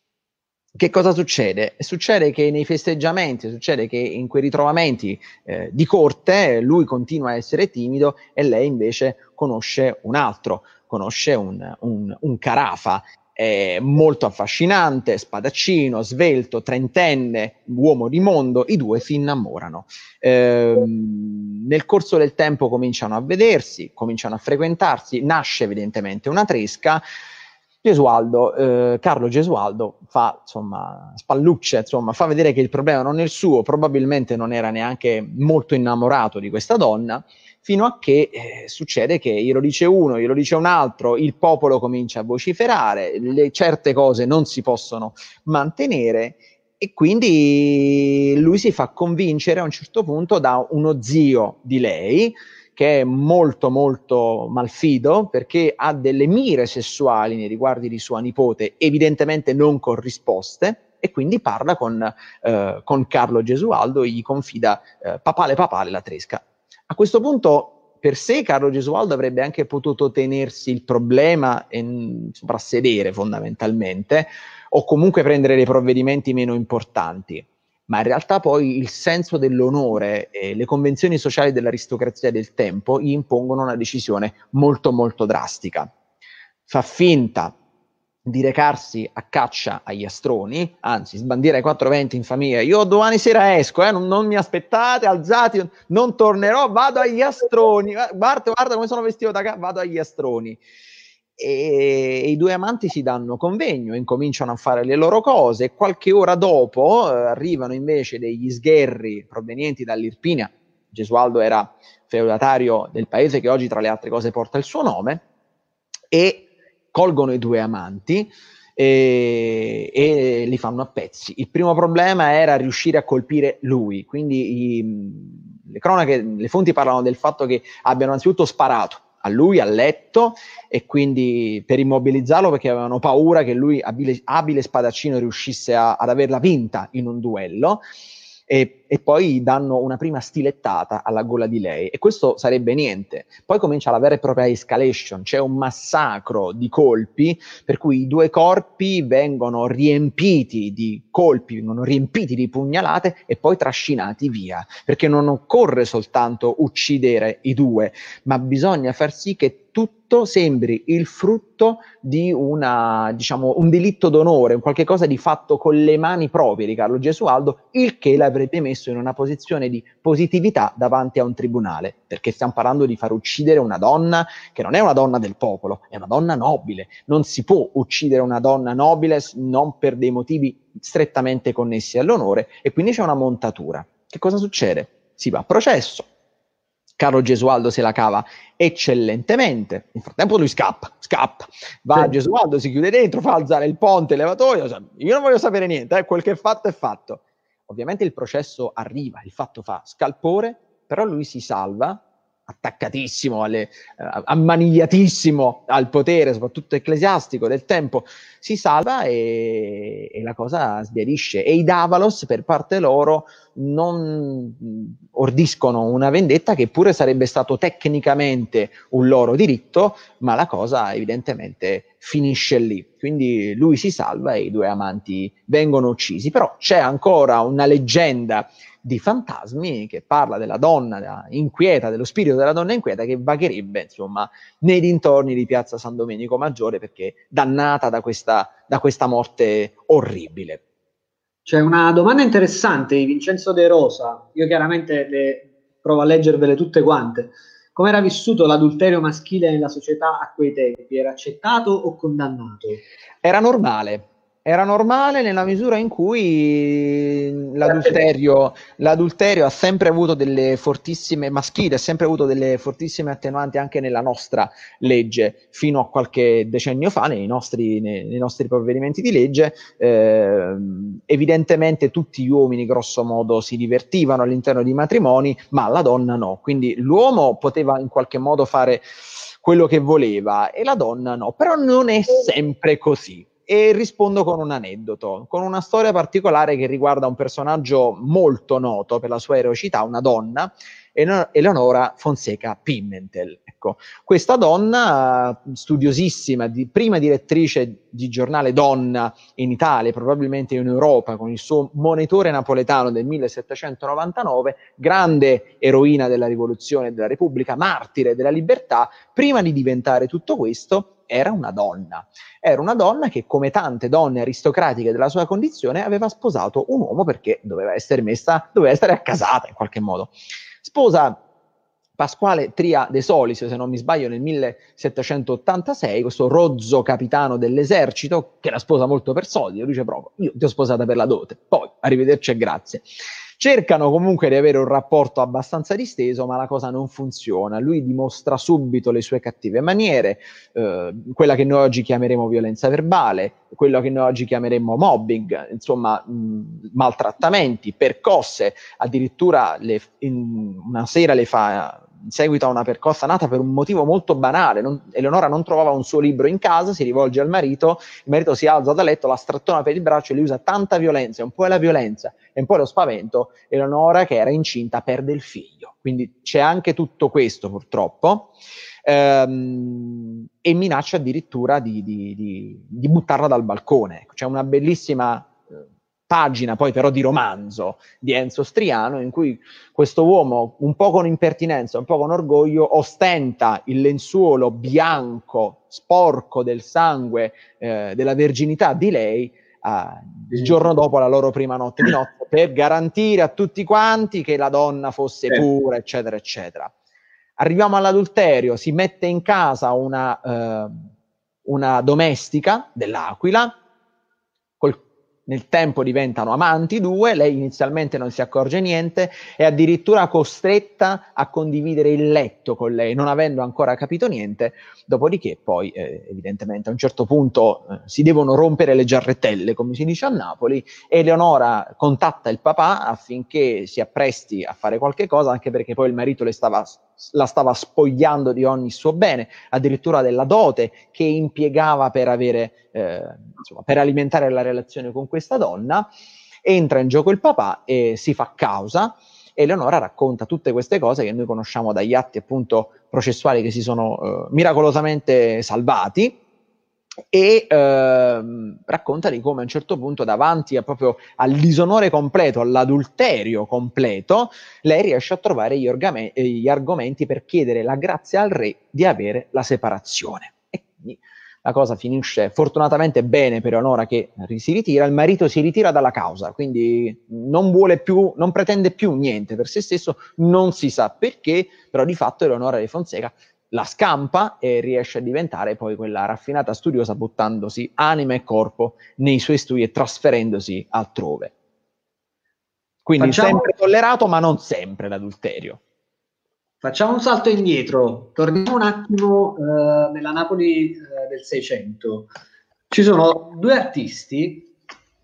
Che cosa succede? Succede che nei festeggiamenti, succede che in quei ritrovamenti eh, di corte lui continua a essere timido e lei invece conosce un altro, conosce un, un, un Carafa, eh, molto affascinante, spadaccino, svelto, trentenne, uomo di mondo, i due si innamorano. Eh, nel corso del tempo cominciano a vedersi, cominciano a frequentarsi, nasce evidentemente una tresca. Gesualdo, eh, Carlo Gesualdo fa insomma spallucce, insomma, fa vedere che il problema non è il suo, probabilmente non era neanche molto innamorato di questa donna, fino a che eh, succede che glielo dice uno, glielo dice un altro, il popolo comincia a vociferare, le, certe cose non si possono mantenere e quindi lui si fa convincere a un certo punto da uno zio di lei, che è molto molto malfido perché ha delle mire sessuali nei riguardi di sua nipote evidentemente non corrisposte, e quindi parla con, eh, con Carlo Gesualdo e gli confida eh, papale papale la tresca. A questo punto per sé Carlo Gesualdo avrebbe anche potuto tenersi il problema e soprassedere fondamentalmente, o comunque prendere dei provvedimenti meno importanti. Ma in realtà poi il senso dell'onore e le convenzioni sociali dell'aristocrazia del tempo gli impongono una decisione molto molto drastica. Fa finta di recarsi a caccia agli astroni, anzi sbandiera i quattro venti in famiglia, io domani sera esco, eh, non, non mi aspettate, alzati, non tornerò, vado agli astroni, guarda, guarda come sono vestito da casa, vado agli astroni. E, e i due amanti si danno convegno, incominciano a fare le loro cose, e qualche ora dopo eh, arrivano invece degli sgherri provenienti dall'Irpinia. Gesualdo era feudatario del paese che oggi tra le altre cose porta il suo nome, e colgono i due amanti e, e li fanno a pezzi. Il primo problema era riuscire a colpire lui, quindi i, le cronache, le fonti parlano del fatto che abbiano anzitutto sparato a lui, a letto, e quindi per immobilizzarlo, perché avevano paura che lui, abile, abile spadaccino, riuscisse a, ad averla vinta in un duello. E, e poi danno una prima stilettata alla gola di lei, e questo sarebbe niente. Poi comincia la vera e propria escalation, c'è un massacro di colpi per cui i due corpi vengono riempiti di colpi, vengono riempiti di pugnalate e poi trascinati via, perché non occorre soltanto uccidere i due, ma bisogna far sì che tutto sembri il frutto di una, diciamo, un delitto d'onore, un qualche cosa di fatto con le mani proprie di Carlo Gesualdo, il che l'avrebbe messo in una posizione di positività davanti a un tribunale, perché stiamo parlando di far uccidere una donna che non è una donna del popolo, è una donna nobile. Non si può uccidere una donna nobile non per dei motivi strettamente connessi all'onore, e quindi c'è una montatura. Che cosa succede? Si va a processo. Carlo Gesualdo se la cava eccellentemente. Nel frattempo lui scappa, scappa, va Sì. Gesualdo, si chiude dentro, fa alzare il ponte, il levatoio. Io non voglio sapere niente, eh, quel che è fatto è fatto. Ovviamente il processo arriva, il fatto fa scalpore, però lui si salva, attaccatissimo, alle, eh, ammanigliatissimo al potere, soprattutto ecclesiastico del tempo, si salva e, e la cosa sbiadisce. E i Davalos, per parte loro, non ordiscono una vendetta che pure sarebbe stato tecnicamente un loro diritto, ma la cosa evidentemente finisce lì. Quindi lui si salva e i due amanti vengono uccisi. Però c'è ancora una leggenda di fantasmi che parla della donna inquieta, dello spirito della donna inquieta che vagherebbe, insomma, nei dintorni di Piazza San Domenico Maggiore, perché dannata da questa, da questa morte orribile. C'è una domanda interessante di Vincenzo De Rosa, io chiaramente le provo a leggervele tutte quante. Come era vissuto l'adulterio maschile nella società a quei tempi? Era accettato o condannato? Era normale, era normale nella misura in cui l'adulterio, l'adulterio ha sempre avuto delle fortissime, maschile, ha sempre avuto delle fortissime attenuanti anche nella nostra legge, fino a qualche decennio fa, nei nostri, nei, nei nostri provvedimenti di legge. Eh, evidentemente tutti gli uomini grosso modo si divertivano all'interno di matrimoni, ma la donna no, quindi l'uomo poteva in qualche modo fare quello che voleva e la donna no, però non è sempre così. E rispondo con un aneddoto, con una storia particolare che riguarda un personaggio molto noto per la sua eroicità, una donna, Eleonora Fonseca Pimentel. Ecco, questa donna studiosissima, di, prima direttrice di giornale Donna in Italia, probabilmente in Europa, con il suo Monitore napoletano del millesettecentonovantanove, grande eroina della rivoluzione e della Repubblica, martire della libertà, prima di diventare tutto questo era una donna. Era una donna che, come tante donne aristocratiche della sua condizione, aveva sposato un uomo perché doveva essere messa, doveva essere accasata in qualche modo. Sposa Pasquale Tria de Solis, se non mi sbaglio, nel millesettecentottantasei, questo rozzo capitano dell'esercito che la sposa molto per soldi. Lui dice proprio: io ti ho sposata per la dote, poi arrivederci e grazie. Cercano comunque di avere un rapporto abbastanza disteso, ma la cosa non funziona. Lui dimostra subito le sue cattive maniere, eh, quella che noi oggi chiameremo violenza verbale, quello che noi oggi chiameremo mobbing, insomma, mh, maltrattamenti, percosse, addirittura le, in, una sera le fa in seguito a una percossa nata per un motivo molto banale. Non, Eleonora non trovava un suo libro in casa, si rivolge al marito, il marito si alza da letto, la strattona per il braccio e lui usa tanta violenza, un po' è la violenza e un po' è lo spavento. Eleonora, che era incinta, perde il figlio. Quindi c'è anche tutto questo, purtroppo, ehm, e minaccia addirittura di, di, di, di buttarla dal balcone. C'è una bellissima pagina poi però di romanzo di Enzo Striano in cui questo uomo, un po' con impertinenza, un po' con orgoglio, ostenta il lenzuolo bianco sporco del sangue, eh, della verginità di lei, eh, il giorno dopo la loro prima notte di nozze, per garantire a tutti quanti che la donna fosse pura, eccetera eccetera. Arriviamo all'adulterio, si mette in casa una, eh, una domestica dell'Aquila, col nel tempo diventano amanti due, lei inizialmente non si accorge niente, è addirittura costretta a condividere il letto con lei, non avendo ancora capito niente, dopodiché poi eh, evidentemente a un certo punto eh, si devono rompere le giarretelle, come si dice a Napoli, e Eleonora contatta il papà affinché si appresti a fare qualche cosa, anche perché poi il marito le stava, la stava spogliando di ogni suo bene, addirittura della dote che impiegava per avere eh, insomma, per alimentare la relazione con questa donna. Entra in gioco il papà e si fa causa. Eleonora racconta tutte queste cose che noi conosciamo dagli atti appunto processuali che si sono eh, miracolosamente salvati, e eh, racconta di come a un certo punto, davanti a proprio al disonore completo, all'adulterio completo, lei riesce a trovare gli, orgame- gli argomenti per chiedere la grazia al re di avere la separazione. E quindi la cosa finisce fortunatamente bene per Eleonora, che si ritira, il marito si ritira dalla causa, quindi non vuole più, non pretende più niente per se stesso, non si sa perché, però di fatto Eleonora di Fonseca la scampa e riesce a diventare poi quella raffinata studiosa, buttandosi anima e corpo nei suoi studi e trasferendosi altrove. Quindi Facciamo... sempre tollerato, ma non sempre l'adulterio. Facciamo un salto indietro, torniamo un attimo eh, nella Napoli eh, del Seicento. Ci sono due artisti,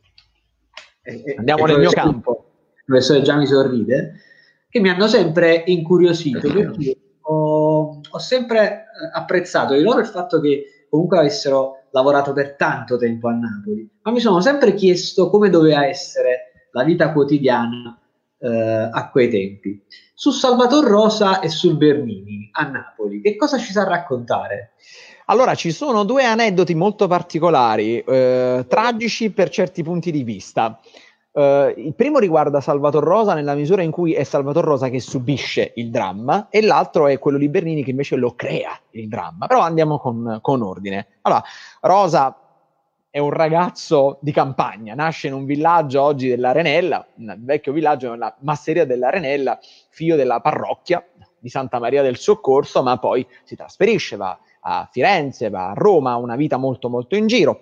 e, e, Andiamo e nel mio professore, campo. il professore già mi sorride, che mi hanno sempre incuriosito, perché ho, ho sempre eh, apprezzato di loro il fatto che comunque avessero lavorato per tanto tempo a Napoli, ma mi sono sempre chiesto come doveva essere la vita quotidiana eh, a quei tempi. Su Salvator Rosa e sul Bernini a Napoli, che cosa ci sa raccontare? Allora, ci sono due aneddoti molto particolari, eh, tragici per certi punti di vista. Uh, il primo riguarda Salvator Rosa nella misura in cui è Salvator Rosa che subisce il dramma e l'altro è quello di Bernini che invece lo crea il dramma. Però andiamo con, con ordine. Allora, Rosa è un ragazzo di campagna, nasce in un villaggio oggi dell'Arenella, un vecchio villaggio nella masseria dell'Arenella, figlio della parrocchia di Santa Maria del Soccorso, ma poi si trasferisce, va a Firenze, va a Roma, ha una vita molto molto in giro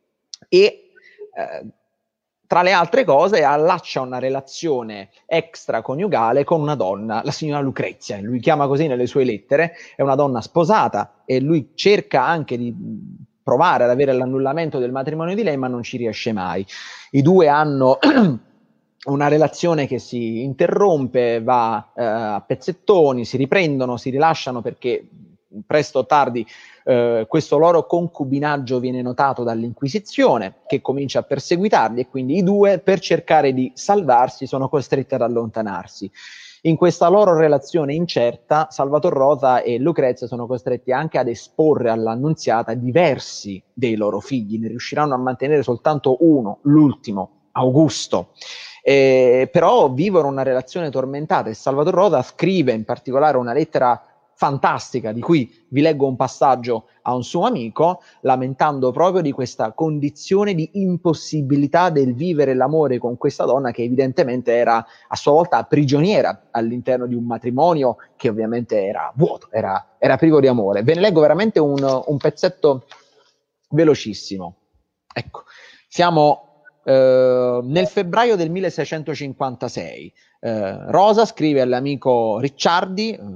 e eh, tra le altre cose allaccia una relazione extraconiugale con una donna, la signora Lucrezia, lui chiama così nelle sue lettere, è una donna sposata e lui cerca anche di provare ad avere l'annullamento del matrimonio di lei, ma non ci riesce mai. I due hanno una relazione che si interrompe, va eh, a pezzettoni, si riprendono, si rilasciano perché presto o tardi eh, questo loro concubinaggio viene notato dall'Inquisizione che comincia a perseguitarli e quindi i due per cercare di salvarsi sono costretti ad allontanarsi. In questa loro relazione incerta Salvator Rosa e Lucrezia sono costretti anche ad esporre all'Annunziata diversi dei loro figli, ne riusciranno a mantenere soltanto uno, l'ultimo, Augusto. Eh, però vivono una relazione tormentata e Salvator Rosa scrive in particolare una lettera fantastica, di cui vi leggo un passaggio a un suo amico, lamentando proprio di questa condizione di impossibilità del vivere l'amore con questa donna che evidentemente era a sua volta prigioniera all'interno di un matrimonio che ovviamente era vuoto, era, era privo di amore. Ve ne leggo veramente un, un pezzetto velocissimo. Ecco, siamo eh, nel febbraio del milleseicentocinquantasei. Eh, Rosa scrive all'amico Ricciardi, eh,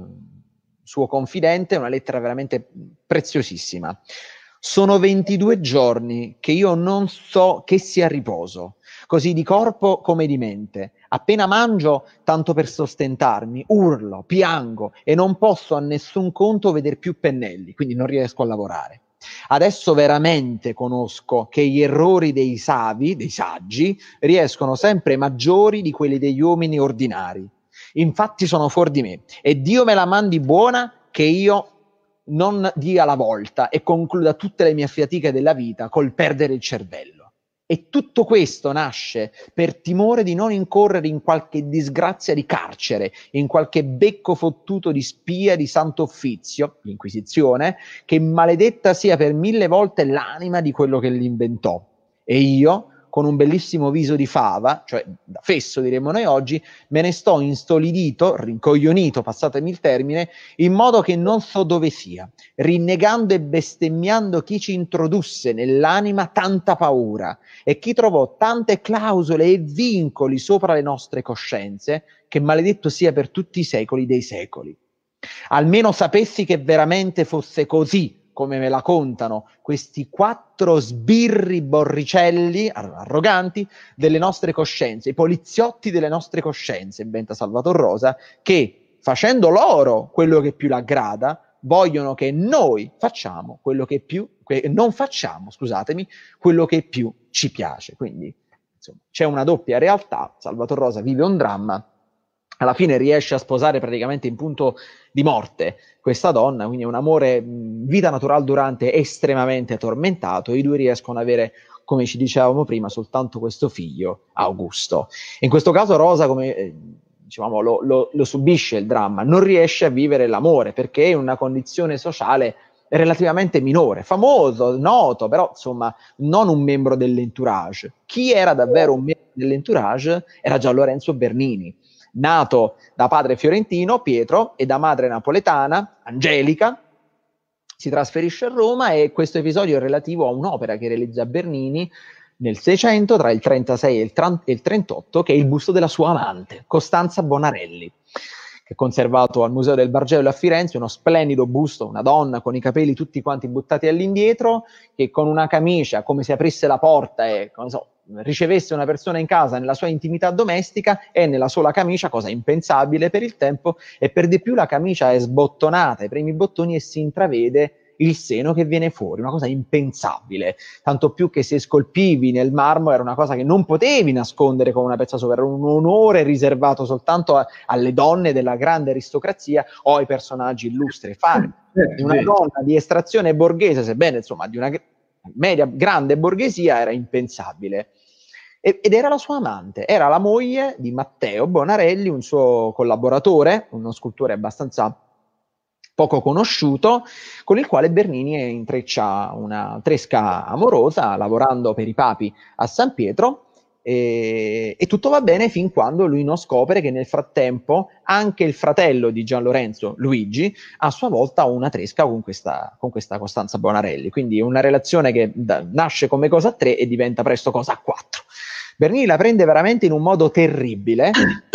suo confidente, una lettera veramente preziosissima. Sono ventidue giorni che io non so che sia riposo, così di corpo come di mente. Appena mangio, tanto per sostentarmi, urlo, piango e non posso a nessun conto vedere più pennelli, quindi non riesco a lavorare. Adesso veramente conosco che gli errori dei savi, dei saggi, riescono sempre maggiori di quelli degli uomini ordinari. Infatti sono fuori di me e Dio me la mandi buona che io non dia la volta e concluda tutte le mie fatiche della vita col perdere il cervello. E tutto questo nasce per timore di non incorrere in qualche disgrazia di carcere, in qualche becco fottuto di spia di Santo Uffizio, l'Inquisizione, che maledetta sia per mille volte l'anima di quello che l'inventò. E io, con un bellissimo viso di fava, cioè da fesso diremmo noi oggi, me ne sto instolidito, rincoglionito, passatemi il termine, in modo che non so dove sia, rinnegando e bestemmiando chi ci introdusse nell'anima tanta paura e chi trovò tante clausole e vincoli sopra le nostre coscienze, che maledetto sia per tutti i secoli dei secoli. Almeno sapessi che veramente fosse così, come me la contano questi quattro sbirri borricelli arroganti delle nostre coscienze, i poliziotti delle nostre coscienze, inventa Salvator Rosa, che facendo loro quello che più l'aggrada, vogliono che noi facciamo quello che più, que- non facciamo, scusatemi, quello che più ci piace. Quindi, insomma, c'è una doppia realtà, Salvator Rosa vive un dramma, alla fine riesce a sposare praticamente in punto di morte questa donna, quindi è un amore, vita natural durante, estremamente tormentato, e i due riescono ad avere, come ci dicevamo prima, soltanto questo figlio, Augusto. In questo caso Rosa, come eh, diciamo, lo, lo, lo subisce il dramma, non riesce a vivere l'amore, perché è in una condizione sociale relativamente minore, famoso, noto, però insomma non un membro dell'entourage. Chi era davvero un membro dell'entourage era Gian Lorenzo Bernini, nato da padre fiorentino, Pietro, e da madre napoletana, Angelica. Si trasferisce a Roma e questo episodio è relativo a un'opera che realizza Bernini nel Seicento, tra il trentasei e il, trentotto, che è il busto della sua amante, Costanza Bonarelli, che è conservato al Museo del Bargello a Firenze, uno splendido busto, una donna con i capelli tutti quanti buttati all'indietro, che con una camicia, come se aprisse la porta e, non so, ricevesse una persona in casa nella sua intimità domestica, e nella sola camicia, cosa impensabile per il tempo, e per di più la camicia è sbottonata ai primi bottoni e si intravede il seno che viene fuori, una cosa impensabile, tanto più che se scolpivi nel marmo era una cosa che non potevi nascondere con una pezza sopra, era un onore riservato soltanto a, alle donne della grande aristocrazia o ai personaggi illustri. Fare una donna di estrazione borghese, sebbene insomma di una media grande borghesia, era impensabile. E, ed era la sua amante, era la moglie di Matteo Bonarelli, un suo collaboratore, uno scultore abbastanza poco conosciuto, con il quale Bernini intreccia una tresca amorosa lavorando per i papi a San Pietro, e, e tutto va bene fin quando lui non scopre che nel frattempo anche il fratello di Gian Lorenzo, Luigi, a sua volta ha una tresca con questa, con questa Costanza Bonarelli, quindi una relazione che da, nasce come cosa a tre e diventa presto cosa a quattro. Bernini la prende veramente in un modo terribile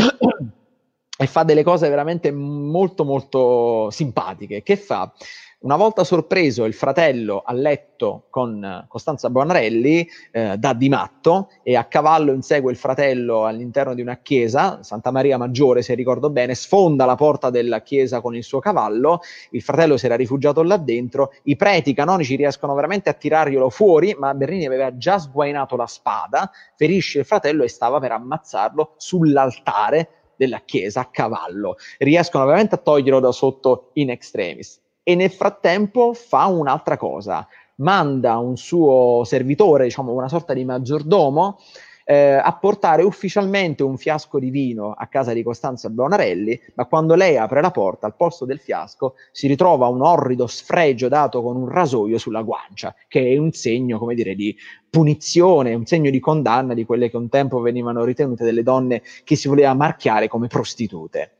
e fa delle cose veramente molto molto simpatiche. Che fa? Una volta sorpreso il fratello a letto con Costanza Bonarelli, eh, dà di matto e a cavallo insegue il fratello all'interno di una chiesa, Santa Maria Maggiore se ricordo bene, sfonda la porta della chiesa con il suo cavallo, il fratello si era rifugiato là dentro, i preti canonici riescono veramente a tirarglielo fuori, ma Bernini aveva già sguainato la spada, ferisce il fratello e stava per ammazzarlo sull'altare della chiesa a cavallo. Riescono veramente a toglierlo da sotto in extremis. E nel frattempo fa un'altra cosa, manda un suo servitore, diciamo una sorta di maggiordomo, eh, a portare ufficialmente un fiasco di vino a casa di Costanza Bonarelli, ma quando lei apre la porta, al posto del fiasco si ritrova un orrido sfregio dato con un rasoio sulla guancia, che è un segno, come dire, di punizione, un segno di condanna di quelle che un tempo venivano ritenute delle donne che si voleva marchiare come prostitute.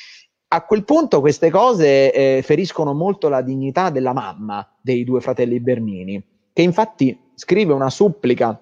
A quel punto queste cose eh, feriscono molto la dignità della mamma dei due fratelli Bernini, che infatti scrive una supplica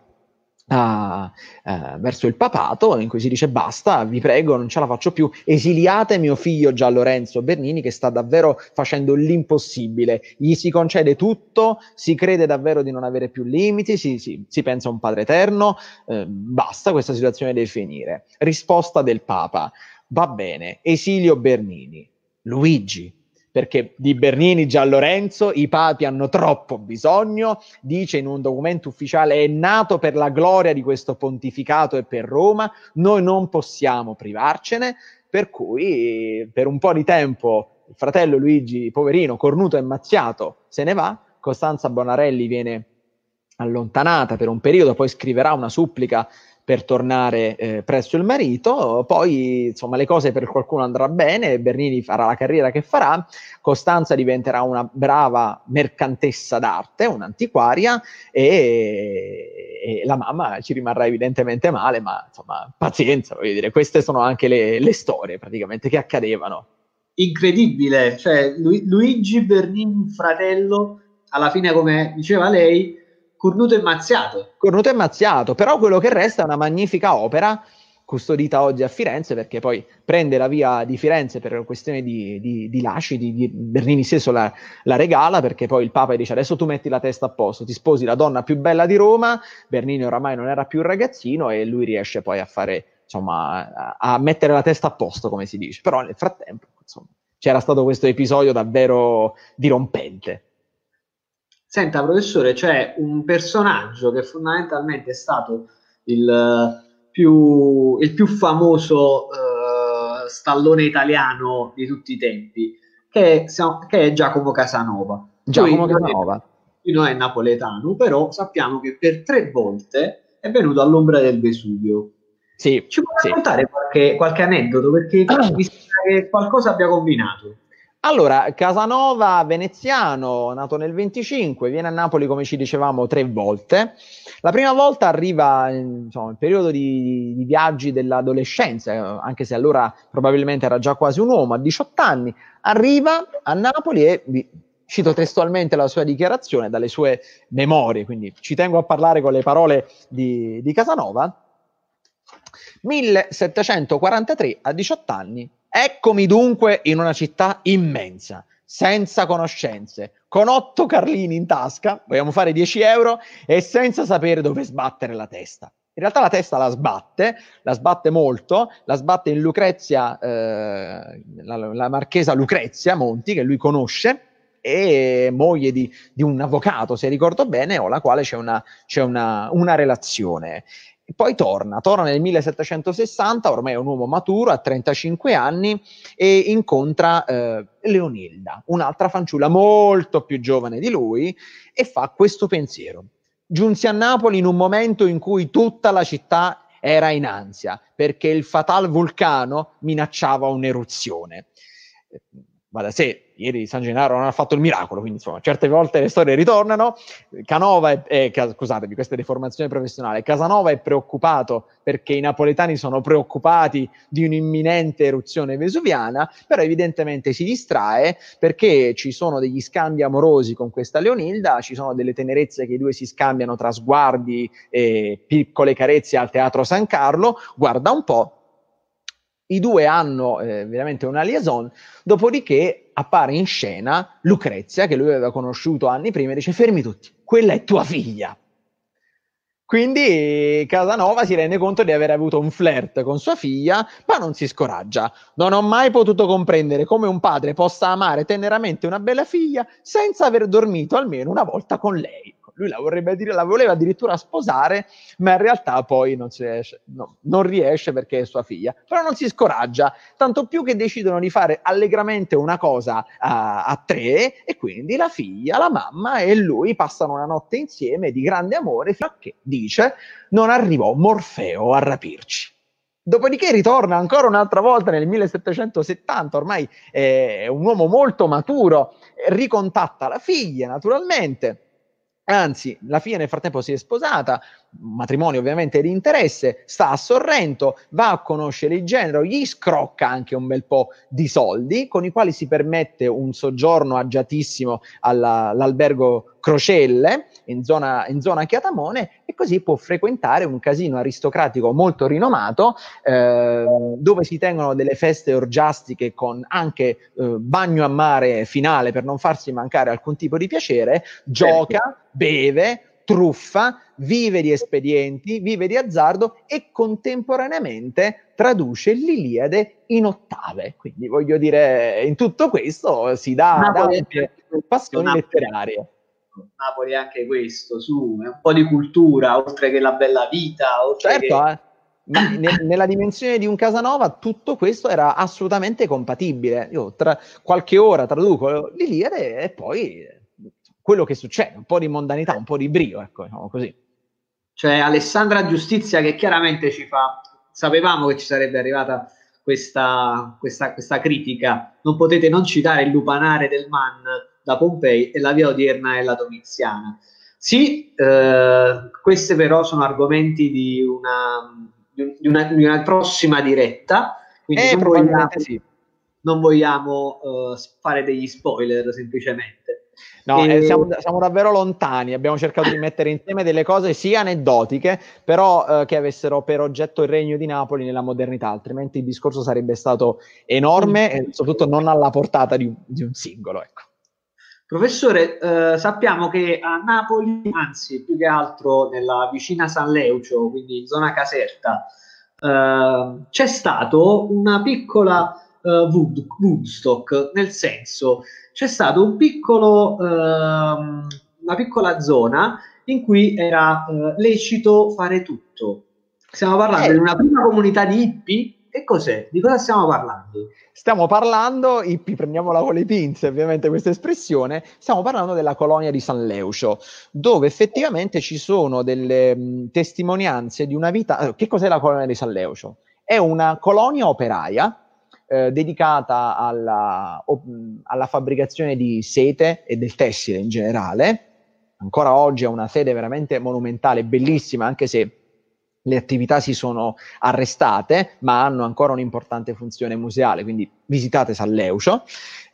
a, eh, verso il papato in cui si dice: basta, vi prego, non ce la faccio più, esiliate mio figlio Gian Lorenzo Bernini che sta davvero facendo l'impossibile, gli si concede tutto, si crede davvero di non avere più limiti, si, si, si pensa a un padre eterno, eh, basta, questa situazione deve finire. Risposta del Papa: va bene, esilio Bernini. Luigi, perché di Bernini Gian Lorenzo i papi hanno troppo bisogno, dice in un documento ufficiale: è nato per la gloria di questo pontificato e per Roma, noi non possiamo privarcene, per cui per un po' di tempo il fratello Luigi, poverino, cornuto e mazziato, se ne va, Costanza Bonarelli viene allontanata per un periodo, poi scriverà una supplica per tornare eh, presso il marito, poi insomma le cose per qualcuno andrà bene, Bernini farà la carriera che farà, Costanza diventerà una brava mercantessa d'arte, un'antiquaria, e, e la mamma ci rimarrà evidentemente male, ma insomma pazienza, voglio dire, queste sono anche le, le storie praticamente che accadevano. Incredibile, cioè Lu- Luigi Bernini, fratello, alla fine, come diceva lei, cornuto e mazziato. Cornuto e mazziato, però quello che resta è una magnifica opera custodita oggi a Firenze, perché poi prende la via di Firenze per questione di, di, di lasciti, di Bernini stesso la, la regala, perché poi il Papa dice: adesso tu metti la testa a posto, ti sposi la donna più bella di Roma. Bernini oramai non era più un ragazzino e lui riesce poi a fare, insomma, a, a mettere la testa a posto, come si dice. Però nel frattempo, insomma, c'era stato questo episodio davvero dirompente. Senta, professore, c'è un personaggio che fondamentalmente è stato il più, il più famoso eh, stallone italiano di tutti i tempi, che è, che è Giacomo Casanova. Giacomo Lui Casanova. Lui non è napoletano, però sappiamo che per tre volte è venuto all'ombra del Vesuvio. Sì, Ci può sì. raccontare qualche, qualche aneddoto? Perché mi sembra che qualcosa abbia combinato. Allora, Casanova, veneziano, nato nel venticinque, viene a Napoli, come ci dicevamo, tre volte. La prima volta arriva in, insomma, nel periodo di, di viaggi dell'adolescenza, anche se allora probabilmente era già quasi un uomo, a diciotto anni, arriva a Napoli e, cito testualmente la sua dichiarazione dalle sue memorie, quindi ci tengo a parlare con le parole di, di Casanova. millesettecentoquarantatré, a diciotto anni, Eccomi dunque in una città immensa, senza conoscenze, con otto carlini in tasca, vogliamo fare dieci euro, e senza sapere dove sbattere la testa. In realtà la testa la sbatte, la sbatte molto, la sbatte in Lucrezia, eh, la, la marchesa Lucrezia Monti, che lui conosce, e moglie di, di un avvocato, se ricordo bene, o la quale c'è una, c'è una, una relazione. E poi torna, torna nel millesettecentosessanta, ormai è un uomo maturo, ha trentacinque anni, e incontra eh, Leonilda, un'altra fanciulla molto più giovane di lui, e fa questo pensiero. Giunsi a Napoli in un momento in cui tutta la città era in ansia, perché il fatal vulcano minacciava un'eruzione. Va da sé, ieri San Gennaro non ha fatto il miracolo, quindi insomma certe volte le storie ritornano. Canova è, è, scusatemi, questa è deformazione professionale. Casanova è preoccupato perché i napoletani sono preoccupati di un'imminente eruzione vesuviana, però evidentemente si distrae perché ci sono degli scambi amorosi con questa Leonilda, ci sono delle tenerezze che i due si scambiano tra sguardi e piccole carezze al Teatro San Carlo. Guarda un po', i due hanno eh, veramente una liaison, dopodiché appare in scena Lucrezia, che lui aveva conosciuto anni prima, e dice: fermi tutti, quella è tua figlia. Quindi Casanova si rende conto di aver avuto un flirt con sua figlia, ma non si scoraggia. Non ho mai potuto comprendere come un padre possa amare teneramente una bella figlia senza aver dormito almeno una volta con lei. Lui la, vorrebbe dire, la voleva addirittura sposare, ma in realtà poi non, si riesce, no, non riesce perché è sua figlia. Però non si scoraggia, tanto più che decidono di fare allegramente una cosa a, a tre, e quindi la figlia, la mamma e lui passano una notte insieme di grande amore, fino a che, dice, non arrivò Morfeo a rapirci. Dopodiché ritorna ancora un'altra volta nel millesettecentosettanta, ormai è un uomo molto maturo, ricontatta la figlia naturalmente. Anzi, la figlia nel frattempo si è sposata, matrimonio ovviamente di interesse, sta a Sorrento, va a conoscere il genero, gli scrocca anche un bel po' di soldi, con i quali si permette un soggiorno agiatissimo alla, all'albergo Crocelle, in zona, in zona Chiatamone, e così può frequentare un casino aristocratico molto rinomato, eh, dove si tengono delle feste orgiastiche con anche eh, bagno a mare finale per non farsi mancare alcun tipo di piacere, gioca, beve, truffa, vive di espedienti, vive di azzardo e contemporaneamente traduce l'Iliade in ottave. Quindi voglio dire, in tutto questo si dà, dà anche passioni Napoli, letterarie. Napoli è anche questo, su, è un po' di cultura, oltre che la bella vita, oltre certo, che... eh. Ma ne, nella dimensione di un Casanova tutto questo era assolutamente compatibile. Io tra qualche ora traduco l'Iliade e poi quello che succede, un po' di mondanità, un po' di brio, ecco, diciamo così. C'è Alessandra Giustizia che chiaramente ci fa, sapevamo che ci sarebbe arrivata questa, questa, questa critica, non potete non citare il lupanare del Man da Pompei e la via odierna è la Domiziana. Sì, eh, queste però sono argomenti di una, di una, di una prossima diretta, quindi Eh, non probabilmente vogliamo, sì. non vogliamo uh, fare degli spoiler semplicemente. No, E... eh, siamo, siamo davvero lontani, abbiamo cercato di mettere insieme delle cose sì aneddotiche, però eh, che avessero per oggetto il regno di Napoli nella modernità, altrimenti il discorso sarebbe stato enorme e soprattutto non alla portata di, di un singolo, ecco. Professore, eh, sappiamo che a Napoli, anzi più che altro nella vicina San Leucio, quindi in zona Caserta, eh, c'è stato una piccola eh, Wood, Woodstock, nel senso c'è stato un piccolo, ehm, una piccola zona in cui era eh, lecito fare tutto. Stiamo parlando Eh, di una prima comunità di hippie. Che cos'è? Di cosa stiamo parlando? Stiamo parlando, hippie, prendiamola con le pinze ovviamente questa espressione, stiamo parlando della colonia di San Leucio, dove effettivamente ci sono delle mh, testimonianze di una vita... Allora, che cos'è la colonia di San Leucio? È una colonia operaia eh, dedicata alla, o, alla fabbricazione di sete e del tessile in generale. Ancora oggi è una sede veramente monumentale, bellissima, anche se le attività si sono arrestate, ma hanno ancora un'importante funzione museale, quindi visitate San Leucio,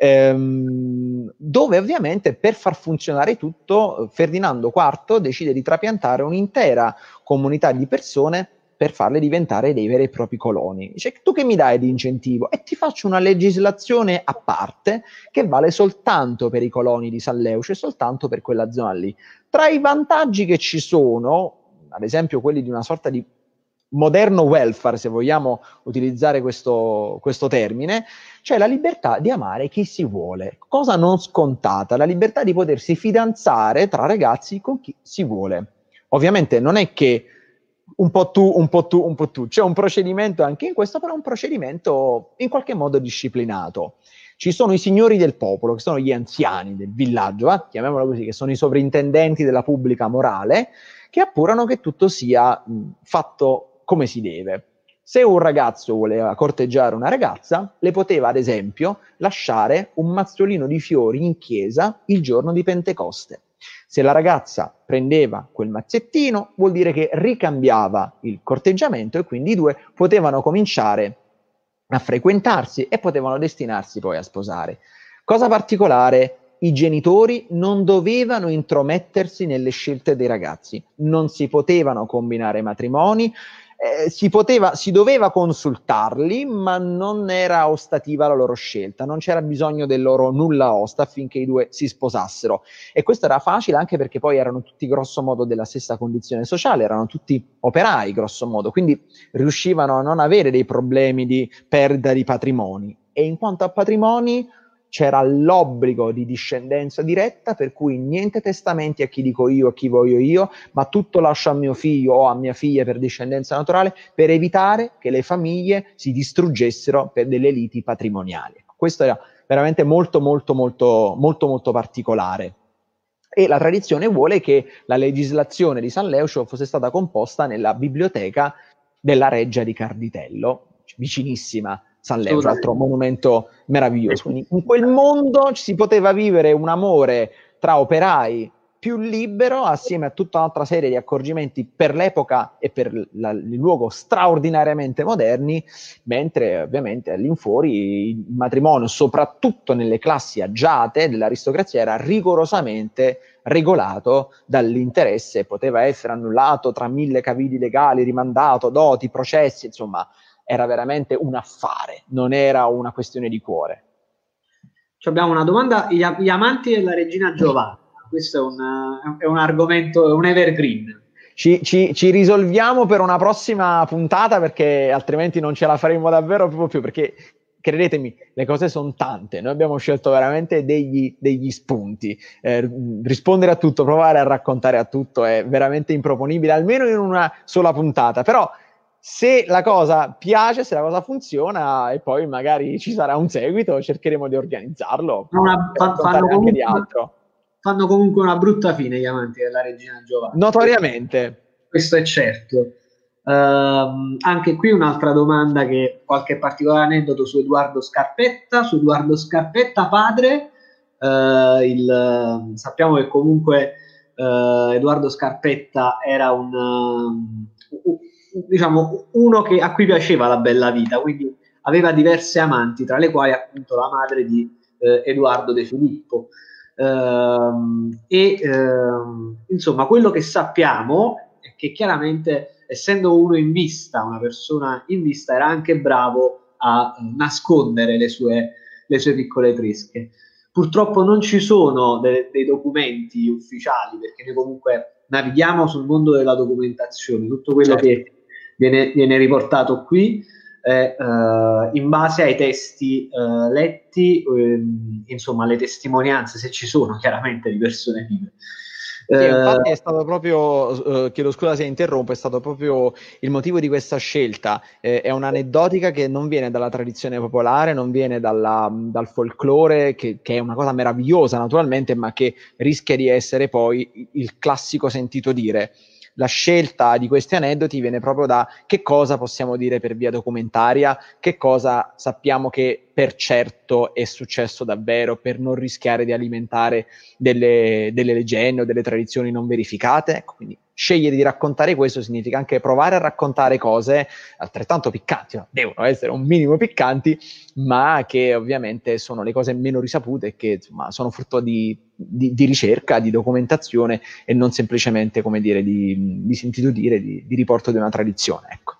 ehm, dove ovviamente per far funzionare tutto Ferdinando quarto decide di trapiantare un'intera comunità di persone per farle diventare dei veri e propri coloni. Dice, tu che mi dai di incentivo? E ti faccio una legislazione a parte che vale soltanto per i coloni di San Leucio e soltanto per quella zona lì. Tra i vantaggi che ci sono, ad esempio quelli di una sorta di moderno welfare, se vogliamo utilizzare questo, questo termine, c'è la libertà di amare chi si vuole, cosa non scontata, la libertà di potersi fidanzare tra ragazzi con chi si vuole. Ovviamente non è che un po' tu, un po' tu, un po' tu, c'è un procedimento anche in questo, però è un procedimento in qualche modo disciplinato. Ci sono i signori del popolo, che sono gli anziani del villaggio, eh? chiamiamolo così, che sono i sovrintendenti della pubblica morale, che appurano che tutto sia mh, fatto come si deve. Se un ragazzo voleva corteggiare una ragazza, le poteva ad esempio lasciare un mazzolino di fiori in chiesa il giorno di Pentecoste. Se la ragazza prendeva quel mazzettino, vuol dire che ricambiava il corteggiamento e quindi i due potevano cominciare a frequentarsi e potevano destinarsi poi a sposare. Cosa particolare, i genitori non dovevano intromettersi nelle scelte dei ragazzi, non si potevano combinare matrimoni, eh, si poteva, si doveva consultarli, ma non era ostativa la loro scelta, non c'era bisogno del loro nulla osta affinché i due si sposassero. E questo era facile anche perché poi erano tutti grosso modo della stessa condizione sociale, erano tutti operai grosso modo, quindi riuscivano a non avere dei problemi di perdita di patrimoni. E in quanto a patrimoni, c'era l'obbligo di discendenza diretta, per cui niente testamenti a chi dico io, a chi voglio io, ma tutto lascio a mio figlio o a mia figlia per discendenza naturale, per evitare che le famiglie si distruggessero per delle liti patrimoniali. Questo era veramente molto molto molto molto molto particolare. E la tradizione vuole che la legislazione di San Leucio fosse stata composta nella biblioteca della Reggia di Carditello, vicinissima San Leucio, altro monumento meraviglioso. Quindi in quel mondo si poteva vivere un amore tra operai più libero, assieme a tutta un'altra serie di accorgimenti per l'epoca e per la, il luogo straordinariamente moderni, mentre ovviamente all'infuori il matrimonio, soprattutto nelle classi agiate dell'aristocrazia, era rigorosamente regolato dall'interesse, poteva essere annullato tra mille cavilli legali, rimandato, doti, processi, insomma era veramente un affare, non era una questione di cuore. Ci abbiamo una domanda, gli, gli amanti della regina Giovanna, questo è un, è un argomento, è un evergreen. Ci, ci, ci risolviamo per una prossima puntata perché altrimenti non ce la faremo davvero proprio più, perché credetemi, le cose sono tante, noi abbiamo scelto veramente degli, degli spunti, eh, rispondere a tutto, provare a raccontare a tutto è veramente improponibile, almeno in una sola puntata, però se la cosa piace, se la cosa funziona e poi magari ci sarà un seguito, cercheremo di organizzarlo una, fa, fanno, anche comunque, di altro. fanno comunque una brutta fine gli amanti della regina Giovanna, notoriamente, questo è certo. Uh, anche qui un'altra domanda, che qualche particolare aneddoto su Edoardo Scarpetta su Edoardo Scarpetta padre. Uh, il, sappiamo che comunque uh, Edoardo Scarpetta era un uh, diciamo uno che, a cui piaceva la bella vita, quindi aveva diverse amanti, tra le quali appunto la madre di eh, Edoardo De Filippo. Ehm, e ehm, insomma, quello che sappiamo è che chiaramente, essendo uno in vista, una persona in vista, era anche bravo a nascondere le sue, le sue piccole tresche. Purtroppo non ci sono de- dei documenti ufficiali, perché noi comunque navighiamo sul mondo della documentazione, tutto quello certo. che Viene, viene riportato qui eh, uh, in base ai testi uh, letti, ehm, insomma, le testimonianze, se ci sono, chiaramente, di persone vive. Sì, infatti è stato proprio, eh, chiedo scusa se interrompo, è stato proprio il motivo di questa scelta. Eh, è un'aneddotica che non viene dalla tradizione popolare, non viene dalla, dal folklore, che, che è una cosa meravigliosa naturalmente, ma che rischia di essere poi il classico sentito dire. La scelta di questi aneddoti viene proprio da che cosa possiamo dire per via documentaria, che cosa sappiamo che per certo è successo davvero, per non rischiare di alimentare delle, delle leggende o delle tradizioni non verificate. Ecco, quindi scegliere di raccontare questo significa anche provare a raccontare cose altrettanto piccanti, no? Devono essere un minimo piccanti, ma che ovviamente sono le cose meno risapute e che insomma sono frutto di, di, di ricerca, di documentazione e non semplicemente, come dire, di, di sentito dire, di, di riporto di una tradizione, ecco.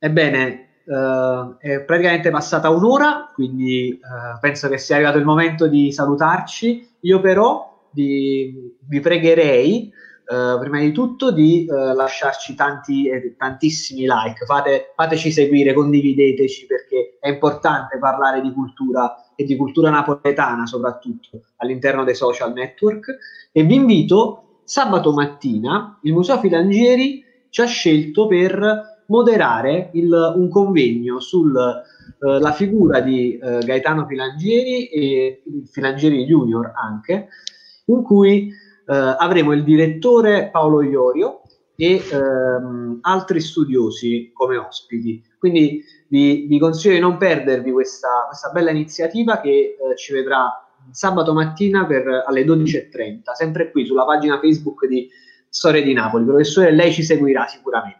Ebbene, Uh, è praticamente passata un'ora, quindi uh, penso che sia arrivato il momento di salutarci. Io però vi, vi pregherei uh, prima di tutto di uh, lasciarci tanti, eh, tantissimi like, Fate, fateci seguire, condivideteci, perché è importante parlare di cultura e di cultura napoletana soprattutto all'interno dei social network. E vi invito, sabato mattina il Museo Filangieri ci ha scelto per moderare il, un convegno sulla eh, figura di eh, Gaetano Filangieri e Filangieri Junior anche, in cui eh, avremo il direttore Paolo Iorio e ehm, altri studiosi come ospiti. Quindi vi, vi consiglio di non perdervi questa, questa bella iniziativa che eh, ci vedrà sabato mattina per, alle dodici e trenta, sempre qui sulla pagina Facebook di Storie di Napoli. Professore, lei ci seguirà sicuramente.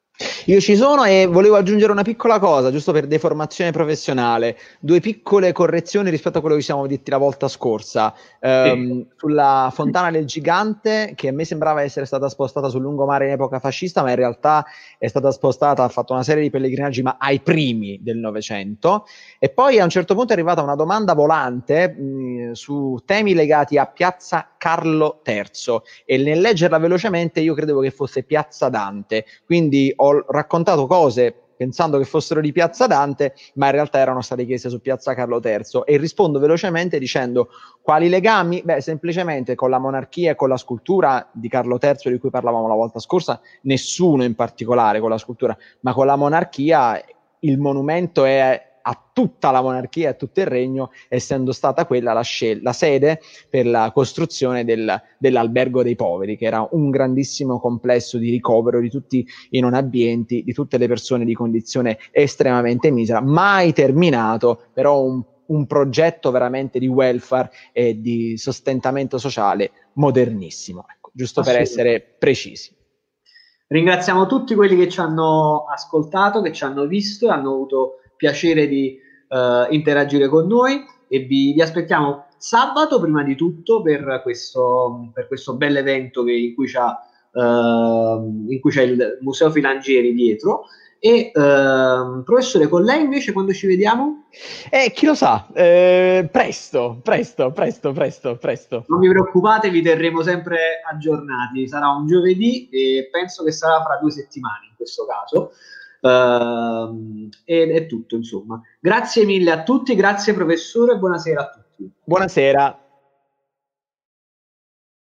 Io ci sono e volevo aggiungere una piccola cosa, giusto per deformazione professionale, due piccole correzioni rispetto a quello che ci siamo detti la volta scorsa. Um, sì. Sulla Fontana del Gigante, che a me sembrava essere stata spostata sul lungomare in epoca fascista, ma in realtà è stata spostata, ha fatto una serie di pellegrinaggi, ma ai primi del Novecento. E poi a un certo punto è arrivata una domanda volante mh, su temi legati a Piazza Carlo terzo, e nel leggerla velocemente io credevo che fosse Piazza Dante, quindi ho raccontato cose pensando che fossero di Piazza Dante, ma in realtà erano state chieste su Piazza Carlo terzo, e rispondo velocemente dicendo quali legami? Beh, semplicemente con la monarchia e con la scultura di Carlo terzo di cui parlavamo la volta scorsa, nessuno in particolare con la scultura, ma con la monarchia il monumento è a tutta la monarchia e a tutto il regno, essendo stata quella la, scel- la sede per la costruzione del, dell'albergo dei poveri, che era un grandissimo complesso di ricovero di tutti i non abbienti, di tutte le persone di condizione estremamente misera, mai terminato, però un, un progetto veramente di welfare e di sostentamento sociale modernissimo, ecco, giusto per essere precisi. Ringraziamo tutti quelli che ci hanno ascoltato, che ci hanno visto e hanno avuto piacere di uh, interagire con noi, e vi, vi aspettiamo sabato prima di tutto per questo, per questo bel evento che, in, cui c'ha, uh, in cui c'è il Museo Filangieri dietro. E uh, professore, con lei invece quando ci vediamo? Eh, chi lo sa, eh, presto, presto, presto, presto, presto. Non vi preoccupate, vi terremo sempre aggiornati. Sarà un giovedì e penso che sarà fra due settimane in questo caso. Uh, ed è tutto, insomma. Grazie mille a tutti, grazie professore, buonasera a tutti. Buonasera.